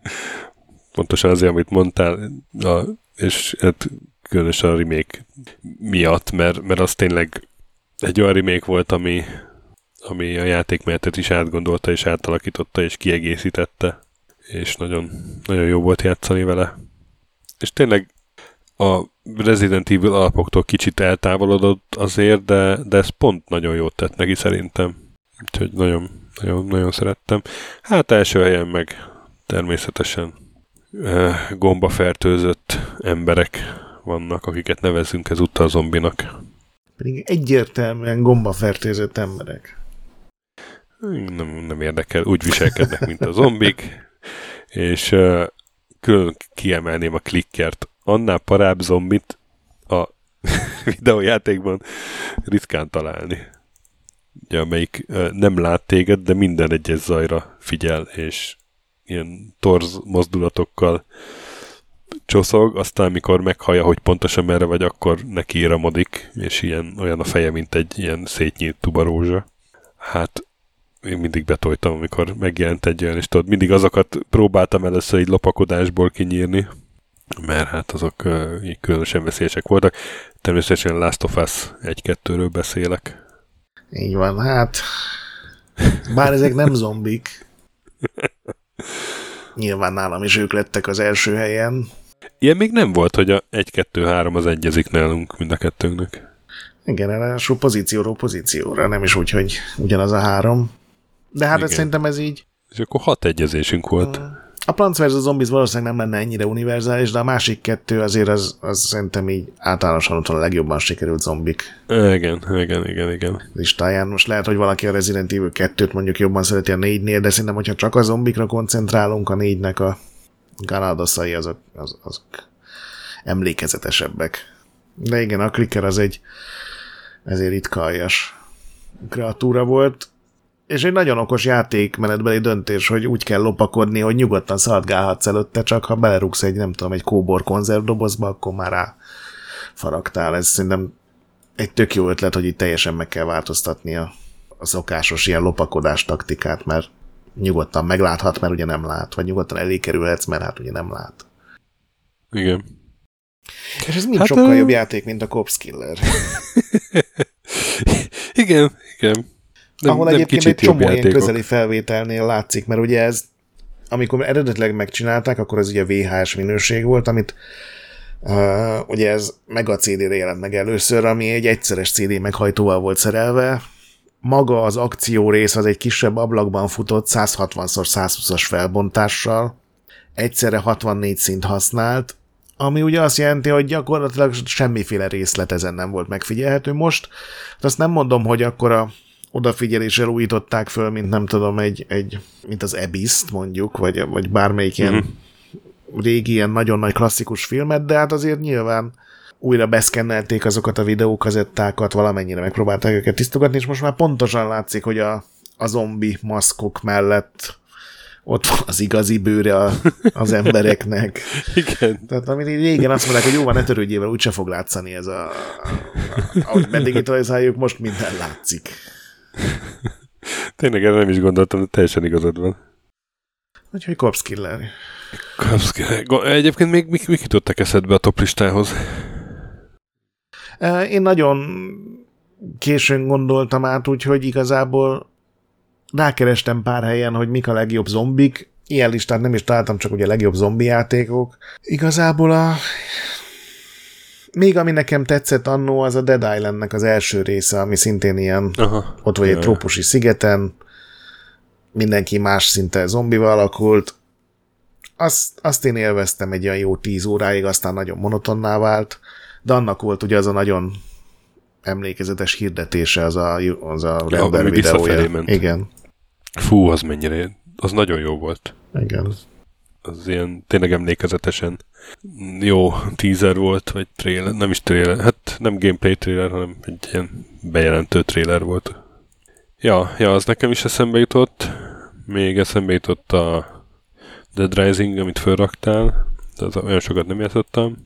Pontosan azért, amit mondtál, a, és hát különösen a remake miatt, mert, mert az tényleg egy olyan remake volt, ami, ami a játékmenetet is átgondolta, és átalakította, és kiegészítette, és nagyon, nagyon jó volt játszani vele. És tényleg a Resident Evil alapoktól kicsit eltávolodott azért, de, de ez pont nagyon jót tett neki szerintem. Úgyhogy nagyon, nagyon, nagyon szerettem. Hát első helyen meg természetesen uh, gombafertőzött emberek vannak, akiket nevezünk ezúttal zombinak. Pedig egyértelműen gombafertőzött emberek. Nem, nem érdekel, úgy viselkednek, mint a zombik, és uh, külön kiemelném a klikkert. Annál parább zombit a videójátékban ritkán találni. Ugye, amelyik uh, nem lát téged, de minden egyes zajra figyel, és ilyen torz mozdulatokkal csoszog, aztán amikor meghallja, hogy pontosan merre vagy, akkor neki íramodik, és ilyen, olyan a feje, mint egy ilyen szétnyílt tubarózsa. Hát én mindig betoltam, amikor megjelent egy olyan, és tudod, mindig azokat próbáltam először így lopakodásból kinyírni, mert hát azok uh, így különösen veszélyesek voltak. Természetesen Last of Us egy-kettőről beszélek. Így van, hát bár ezek nem zombik. Nyilván nálam is ők lettek az első helyen. Ilyen még nem volt, hogy a egy-kettő-három az egyezik nálunk mind a kettőnknek. Igen, ráadásul pozícióról pozícióra, nem is úgy, hogy ugyanaz a három. De hát ez szerintem ez így... És akkor hat egyezésünk volt. A Plants versus. Zombies valószínűleg nem lenne ennyire univerzális, de a másik kettő azért az, az szerintem így általánosan ott van a legjobban sikerült zombik. Igen, igen, igen, igen. Listáján. Most lehet, hogy valaki a Resident Evil kettőt mondjuk jobban szereti a négynél, de szerintem, hogyha csak a zombikra koncentrálunk, a négynek a Ganadosai azok, az, azok emlékezetesebbek. De igen, a clicker az egy ezért ritka aljas kreatúra volt, és egy nagyon okos játékmenetbeli döntés, hogy úgy kell lopakodni, hogy nyugodtan szaladgálhatsz előtte, csak ha belerúgsz egy, nem tudom, egy kóbor konzervdobozba, akkor már rá faragtál. Ez szerintem egy tök jó ötlet, hogy itt teljesen meg kell változtatni a, a szokásos ilyen lopakodás taktikát, mert nyugodtan megláthat, mert ugye nem lát, vagy nyugodtan elé kerülhetsz, mert hát ugye nem lát. Igen. És ez mind hát sokkal ö... jobb játék, mint a Corpse Killer. igen, igen. Nem, ahol nem egyébként egy csomó játékok. ilyen közeli felvételnél látszik, mert ugye ez, amikor eredetileg megcsinálták, akkor ez ugye vé há es minőség volt, amit uh, ugye ez Mega cé dére jelent meg először, ami egy egyszeres cé dé meghajtóval volt szerelve. Maga az akció rész az egy kisebb ablakban futott száz hatvan szor száz húszas felbontással, egyszerre hatvannégy színt használt, ami ugye azt jelenti, hogy gyakorlatilag semmiféle részlet ezen nem volt megfigyelhető. Most azt nem mondom, hogy akkor a odafigyeléssel újították föl, mint nem tudom, egy, egy mint az Abyss-t mondjuk, vagy, vagy bármelyik ilyen uh-huh. régi, ilyen nagyon nagy klasszikus filmet, de hát azért nyilván újra beszkennelték azokat a videókazettákat, valamennyire megpróbálták őket tisztogatni, és most már pontosan látszik, hogy a, a zombi maszkok mellett ott van az igazi bőre a, az embereknek. Igen. Tehát amit így régen azt mondták, hogy jó van, ne törődjél, mert úgyse fog látszani ez a... a, a ahogy bedigitalizáljuk, most minden látszik. Tényleg erre nem is gondoltam, de teljesen igazad van. Úgyhogy Corpse Killer. Corpse Killer. Egyébként még mik, mik jutottak eszedbe a top listához? Én nagyon későn gondoltam át, úgyhogy igazából rákerestem pár helyen, hogy mik a legjobb zombik. Ilyen listát nem is találtam, csak ugye a legjobb zombi játékok. Igazából a... Még ami nekem tetszett annó, az a Dead Islandnek az első része, ami szintén ilyen, aha, ott vagy egy trópusi szigeten, mindenki más szinte zombival alakult. Azt, azt én élveztem egy olyan jó tíz óráig, aztán nagyon monotonná vált, de annak volt ugye az a nagyon emlékezetes hirdetése, az a, az a ja, Render videója. Igen. Fú, az mennyire, az nagyon jó volt. Igen. Az, az ilyen tényleg emlékezetesen jó teaser volt, vagy trailer, nem is trailer, hát nem gameplay trailer, hanem egy ilyen bejelentő trailer volt. Ja, ja, az nekem is eszembe jutott. Még eszembe jutott a Dead Rising, amit felraktál, de az olyan sokat nem játszottam.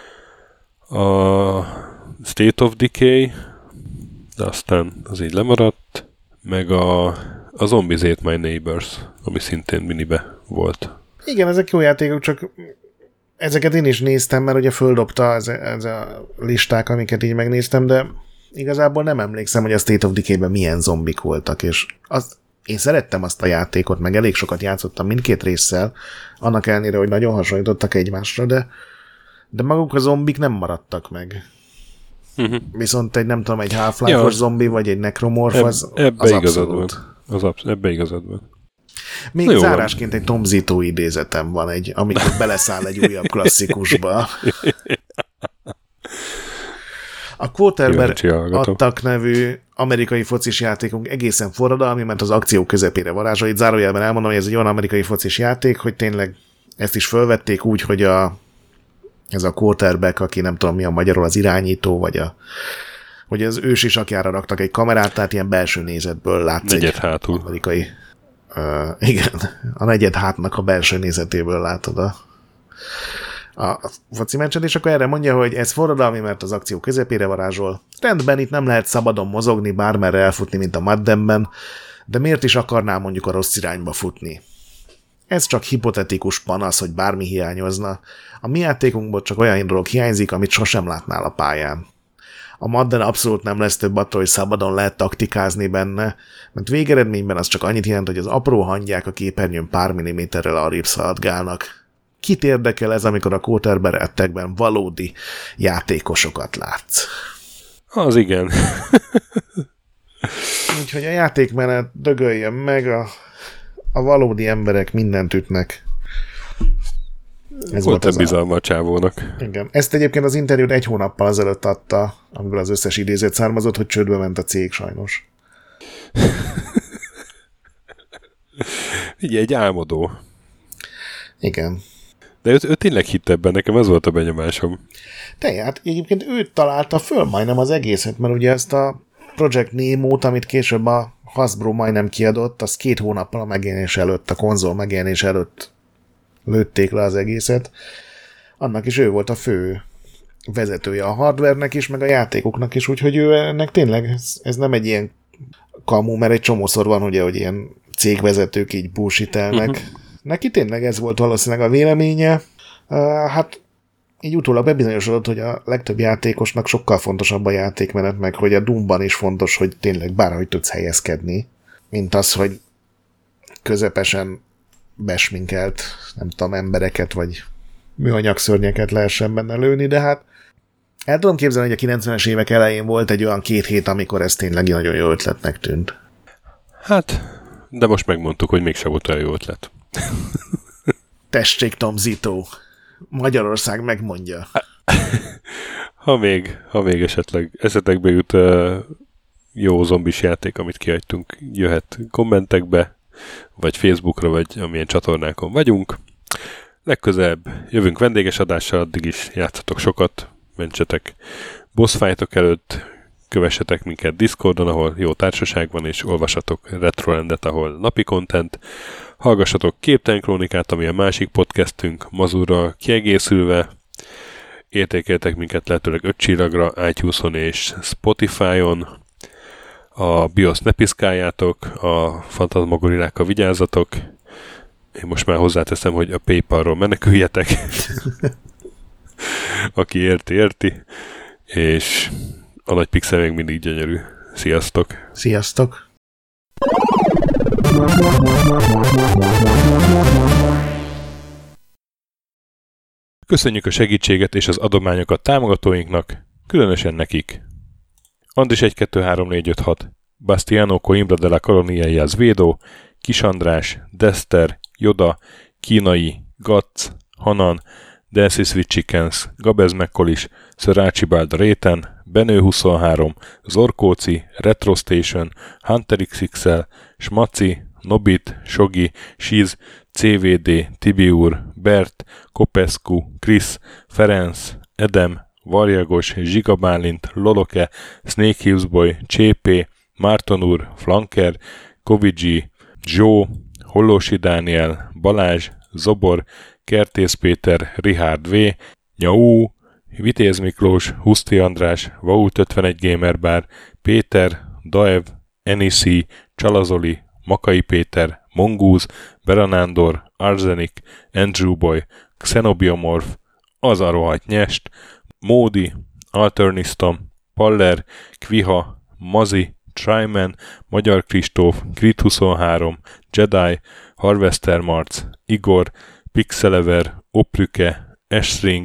A State of Decay, de aztán az így lemaradt, meg a, a Zombies Ate My Neighbors, ami szintén minibe volt. Igen, ezek jó játékok, csak ezeket én is néztem, mert ugye földobta ez, ez a listák, amiket így megnéztem, de igazából nem emlékszem, hogy a State of Decay-ben milyen zombik voltak, és az, én szerettem azt a játékot, meg elég sokat játszottam mindkét résszel, annak ellenére, hogy nagyon hasonlítottak egymásra, de De maguk a zombik nem maradtak meg. Uh-huh. Viszont egy, nem tudom, egy Half-Life-os ja, zombi, vagy egy Necromorph, eb- az, ebbe az igazad abszolút. Van. Az absz- ebbe igazad van. Még jó, zárásként van. Egy Tom Zito idézetem van, egy, amikor beleszáll egy újabb klasszikusba. A Quarterback Attack nevű amerikai focis játékunk egészen forradalmi, mert az akció közepére varázsol. Itt zárójelben elmondom, hogy ez egy olyan amerikai focis játék, hogy tényleg ezt is fölvették úgy, hogy a, ez a quarterback, aki nem tudom mi a magyarul, az irányító, vagy a, hogy az ősi sakjára raktak egy kamerát, tehát ilyen belső nézetből látsz negyed egy hátul. Amerikai... Uh, igen, a negyed hátnak a belső nézetéből látod a, a foci meccset, és akkor erre mondja, hogy ez forradalmi, mert az akció közepére varázsol. Rendben, itt nem lehet szabadon mozogni, bármerre elfutni, mint a Maddenben, de miért is akarnál mondjuk a rossz irányba futni? Ez csak hipotetikus panasz, hogy bármi hiányozna. A mi játékunkból csak olyan dolog hiányzik, amit sosem látnál a pályán. A Madden abszolút nem lesz több attól, hogy szabadon lehet taktikázni benne, mert végeredményben az csak annyit jelent, hogy az apró hangyák a képernyőn pár milliméterrel arrébb szaladgálnak. Kit érdekel ez, amikor a Quarterback Attackben valódi játékosokat látsz? Az igen. Úgyhogy a játékmenet dögöljön meg, a, a valódi emberek mindent ütnek. Ez volt a bizalma a csávónak. Igen. Ezt egyébként az interjút egy hónappal azelőtt adta, amiből az összes idézet származott, hogy csődbe ment a cég sajnos. Ugye egy álmodó. Igen. De ő, ő tényleg hitt ebben, nekem ez volt a benyomásom. Te, hát egyébként ő találta föl majdnem az egészet, mert ugye ezt a Project Nemo-t, amit később a Hasbro majdnem kiadott, az két hónappal a megjelenés előtt, a konzol megjelenés előtt lőtték le az egészet. Annak is ő volt a fő vezetője a hardvernek is, meg a játékoknak is, úgyhogy ő ennek tényleg, ez, ez nem egy ilyen kamu, mert egy csomószor van ugye, hogy ilyen cégvezetők így bullshitelnek. Uh-huh. Neki tényleg ez volt valószínűleg a véleménye. Uh, hát így utólag bebizonyosodott, hogy a legtöbb játékosnak sokkal fontosabb a játékmenet, meg hogy a Doomban is fontos, hogy tényleg bárhogy tudsz helyezkedni, mint az, hogy közepesen besminkelt, nem tudom, embereket, vagy műanyagszörnyeket lehessen benne lőni, de hát el tudom képzelni, hogy a kilencvenes évek elején volt egy olyan két hét, amikor ez tényleg nagyon jó ötletnek tűnt. Hát, de most megmondtuk, hogy mégse volt olyan jó ötlet. Tessék, Tom Zito! Magyarország megmondja. Ha még, ha még esetleg eszetekbe jut uh, jó zombis játék, amit kihagytunk, jöhet kommentekbe, vagy Facebookra, vagy amilyen csatornákon vagyunk. Legközelebb jövünk vendéges adással, addig is játszatok sokat, mentsetek boss fightok előtt, kövessetek minket Discordon, ahol jó társaság van, és olvassatok Retrolandet, ahol napi content. Hallgassatok Képtelen Krónikát, ami a másik podcastünk, Mazurral kiegészülve. Értékeltek minket lehetőleg öt csillagra, iTunes-on és Spotify-on. A BIOS ne piszkáljátok, a fantasmagorilákkal vigyázzatok. Én most már hozzáteszem, hogy a PayPal-ról meneküljetek. Aki érti, érti. És a nagy pixel még mindig gyönyörű. Sziasztok! Sziasztok! Köszönjük a segítséget és az adományokat támogatóinknak, különösen nekik. Andris egy kettő három négy öt hat, Bastiano Coimbra de la Colonia Védó, Kis András, Dester, Joda, Kínai, Gatz, Hanan, Dancy Sweet Chickens, Gabez Mekkolis, Sir Archibald Réten, Benő huszonhárom, Zorkóci, Retro Station, Hunter iksz iksz el, Smaci, Nobit, Sogi, Siz, cé vé dé, Tibiur, Bert, Kopescu, Krisz, Ferenc, Edem, Varjagos, Zsigabálint, Loloke, Snake Hills Boy, Csépé, Márton úr, Flanker, Kovicsi, Zsó, Hollósi Dániel, Balázs, Zobor, Kertész Péter, Richard V, Nyau, Vitéz Miklós, Huszti András, Vault ötvenegy Gamerbar, Péter, Daev, Enisi, Csalazoli, Makai Péter, Mongúz, Beranándor, Arzenik, Andrew Boy, Xenobiomorph, Az a rohadt nyest, Módi, Alternisztom, Paller, Kviha, Mazi, Tryman, Magyar Kristóf, Grit huszonhárom, Jedi, Harvester Marc, Igor, Pixelever, Oprüke, Esring,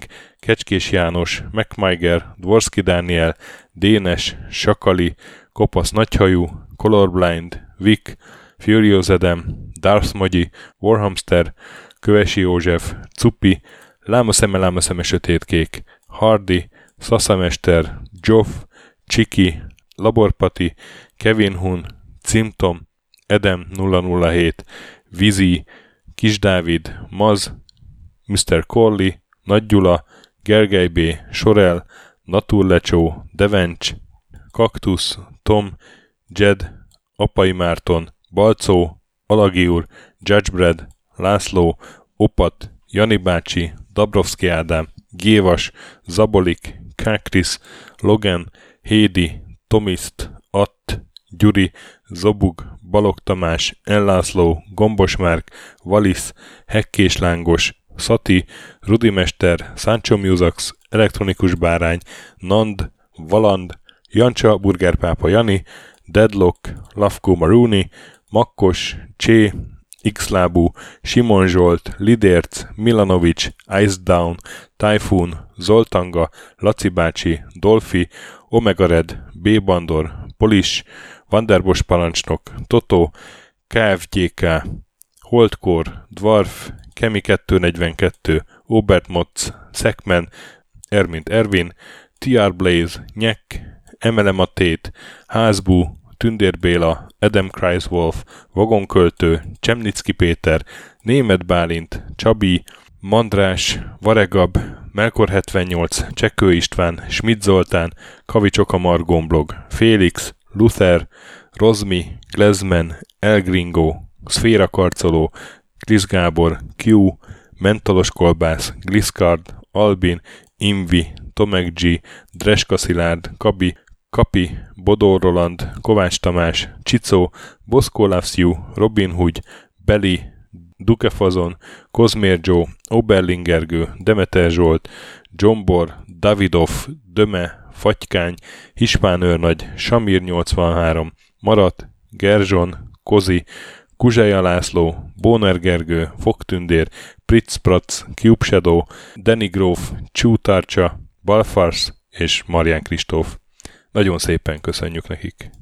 Kecskés János, MacMiger, Dvorski Dániel, Dénes, Sakali, Kopasz Nagyhajú, Colorblind, Vic, Furious Adam, Darth Mogyi, Warhamster, Kövesi József, Cupi, Lámaszeme, Lámaszeme Sötétkék, Hardy, Szaszamester, Joff, Csiki, Laborpati, Kevin Hun, Cimtom, Edem nulla nulla hét, Vizi, Kis Dávid, Maz, miszter Corley, Nagy Gyula, Gergely B., Sorel, Naturlecsó, Devencs, Kaktusz, Tom, Jed, Apai Márton, Balcó, Alagi úr, Judgebred, László, Opat, Jani bácsi, Dabrowski Ádám, Gévas, Zabolik, Kákris, Logan, Hédi, Tomiszt, Att, Gyuri, Zobug, Balog Tamás, Ellászló, Gombos Márk, Valisz, Hekkés Lángos, Szati, Rudimester, Sancho Musax, Elektronikus Bárány, Nand, Valand, Jancsa, Burgerpápa Jani, Deadlock, Lavko Maruni, Makkos, Csé, Xlábú, Simon Zsolt, Lidérc, Milanovic, Ice Down, Typhoon, Zoltanga, Laci bácsi, Dolfi, Omega Red, B. Bandor, Polis, Vanderbos parancsnok, Toto, ká ef gé ká, Holdkor, Dwarf, Kemi kettőszáznegyvenkettő, Obert Motz, Szekmen, Ermint Ervin, té er Blaze, Nyek, Emele Matét, Házbú, Tündér Béla, Adam Kreiswolf, Vagonköltő, Csemnicki Péter, Németh Bálint, Csabi, Mandrás, Varegab, Melkor hetvennyolc, Csekkő István, Schmidt Zoltán, Kavicsoka Margomblog, Félix, Luther, Rozmi, Glezman, El Gringo, Szféra Karcoló, Krisz Gábor, Q, Mentolos Kolbász, Gliscard, Albin, Invi, Tomek G, Dreska Szilárd, Kabi, Kapi, Bodor Roland, Kovács Tamás, Csicó, Boszkó Loves You, Robin Hood, Beli, Dukefazon, Kozmér Joe, Oberlingergő, Demeter Zsolt, Dzsombor, Davidov, Döme, Fatykány, Hispán őrnagy, Samir nyolcvanhárom, Marat, Gerzson, Kozi, Kuzseja László, Bóner Gergő, Fogtündér, Pritz Prac, Cube Shadow, Danny Gróf, Csútárcsa, Balfars és Marián Kristóf. Nagyon szépen köszönjük nekik!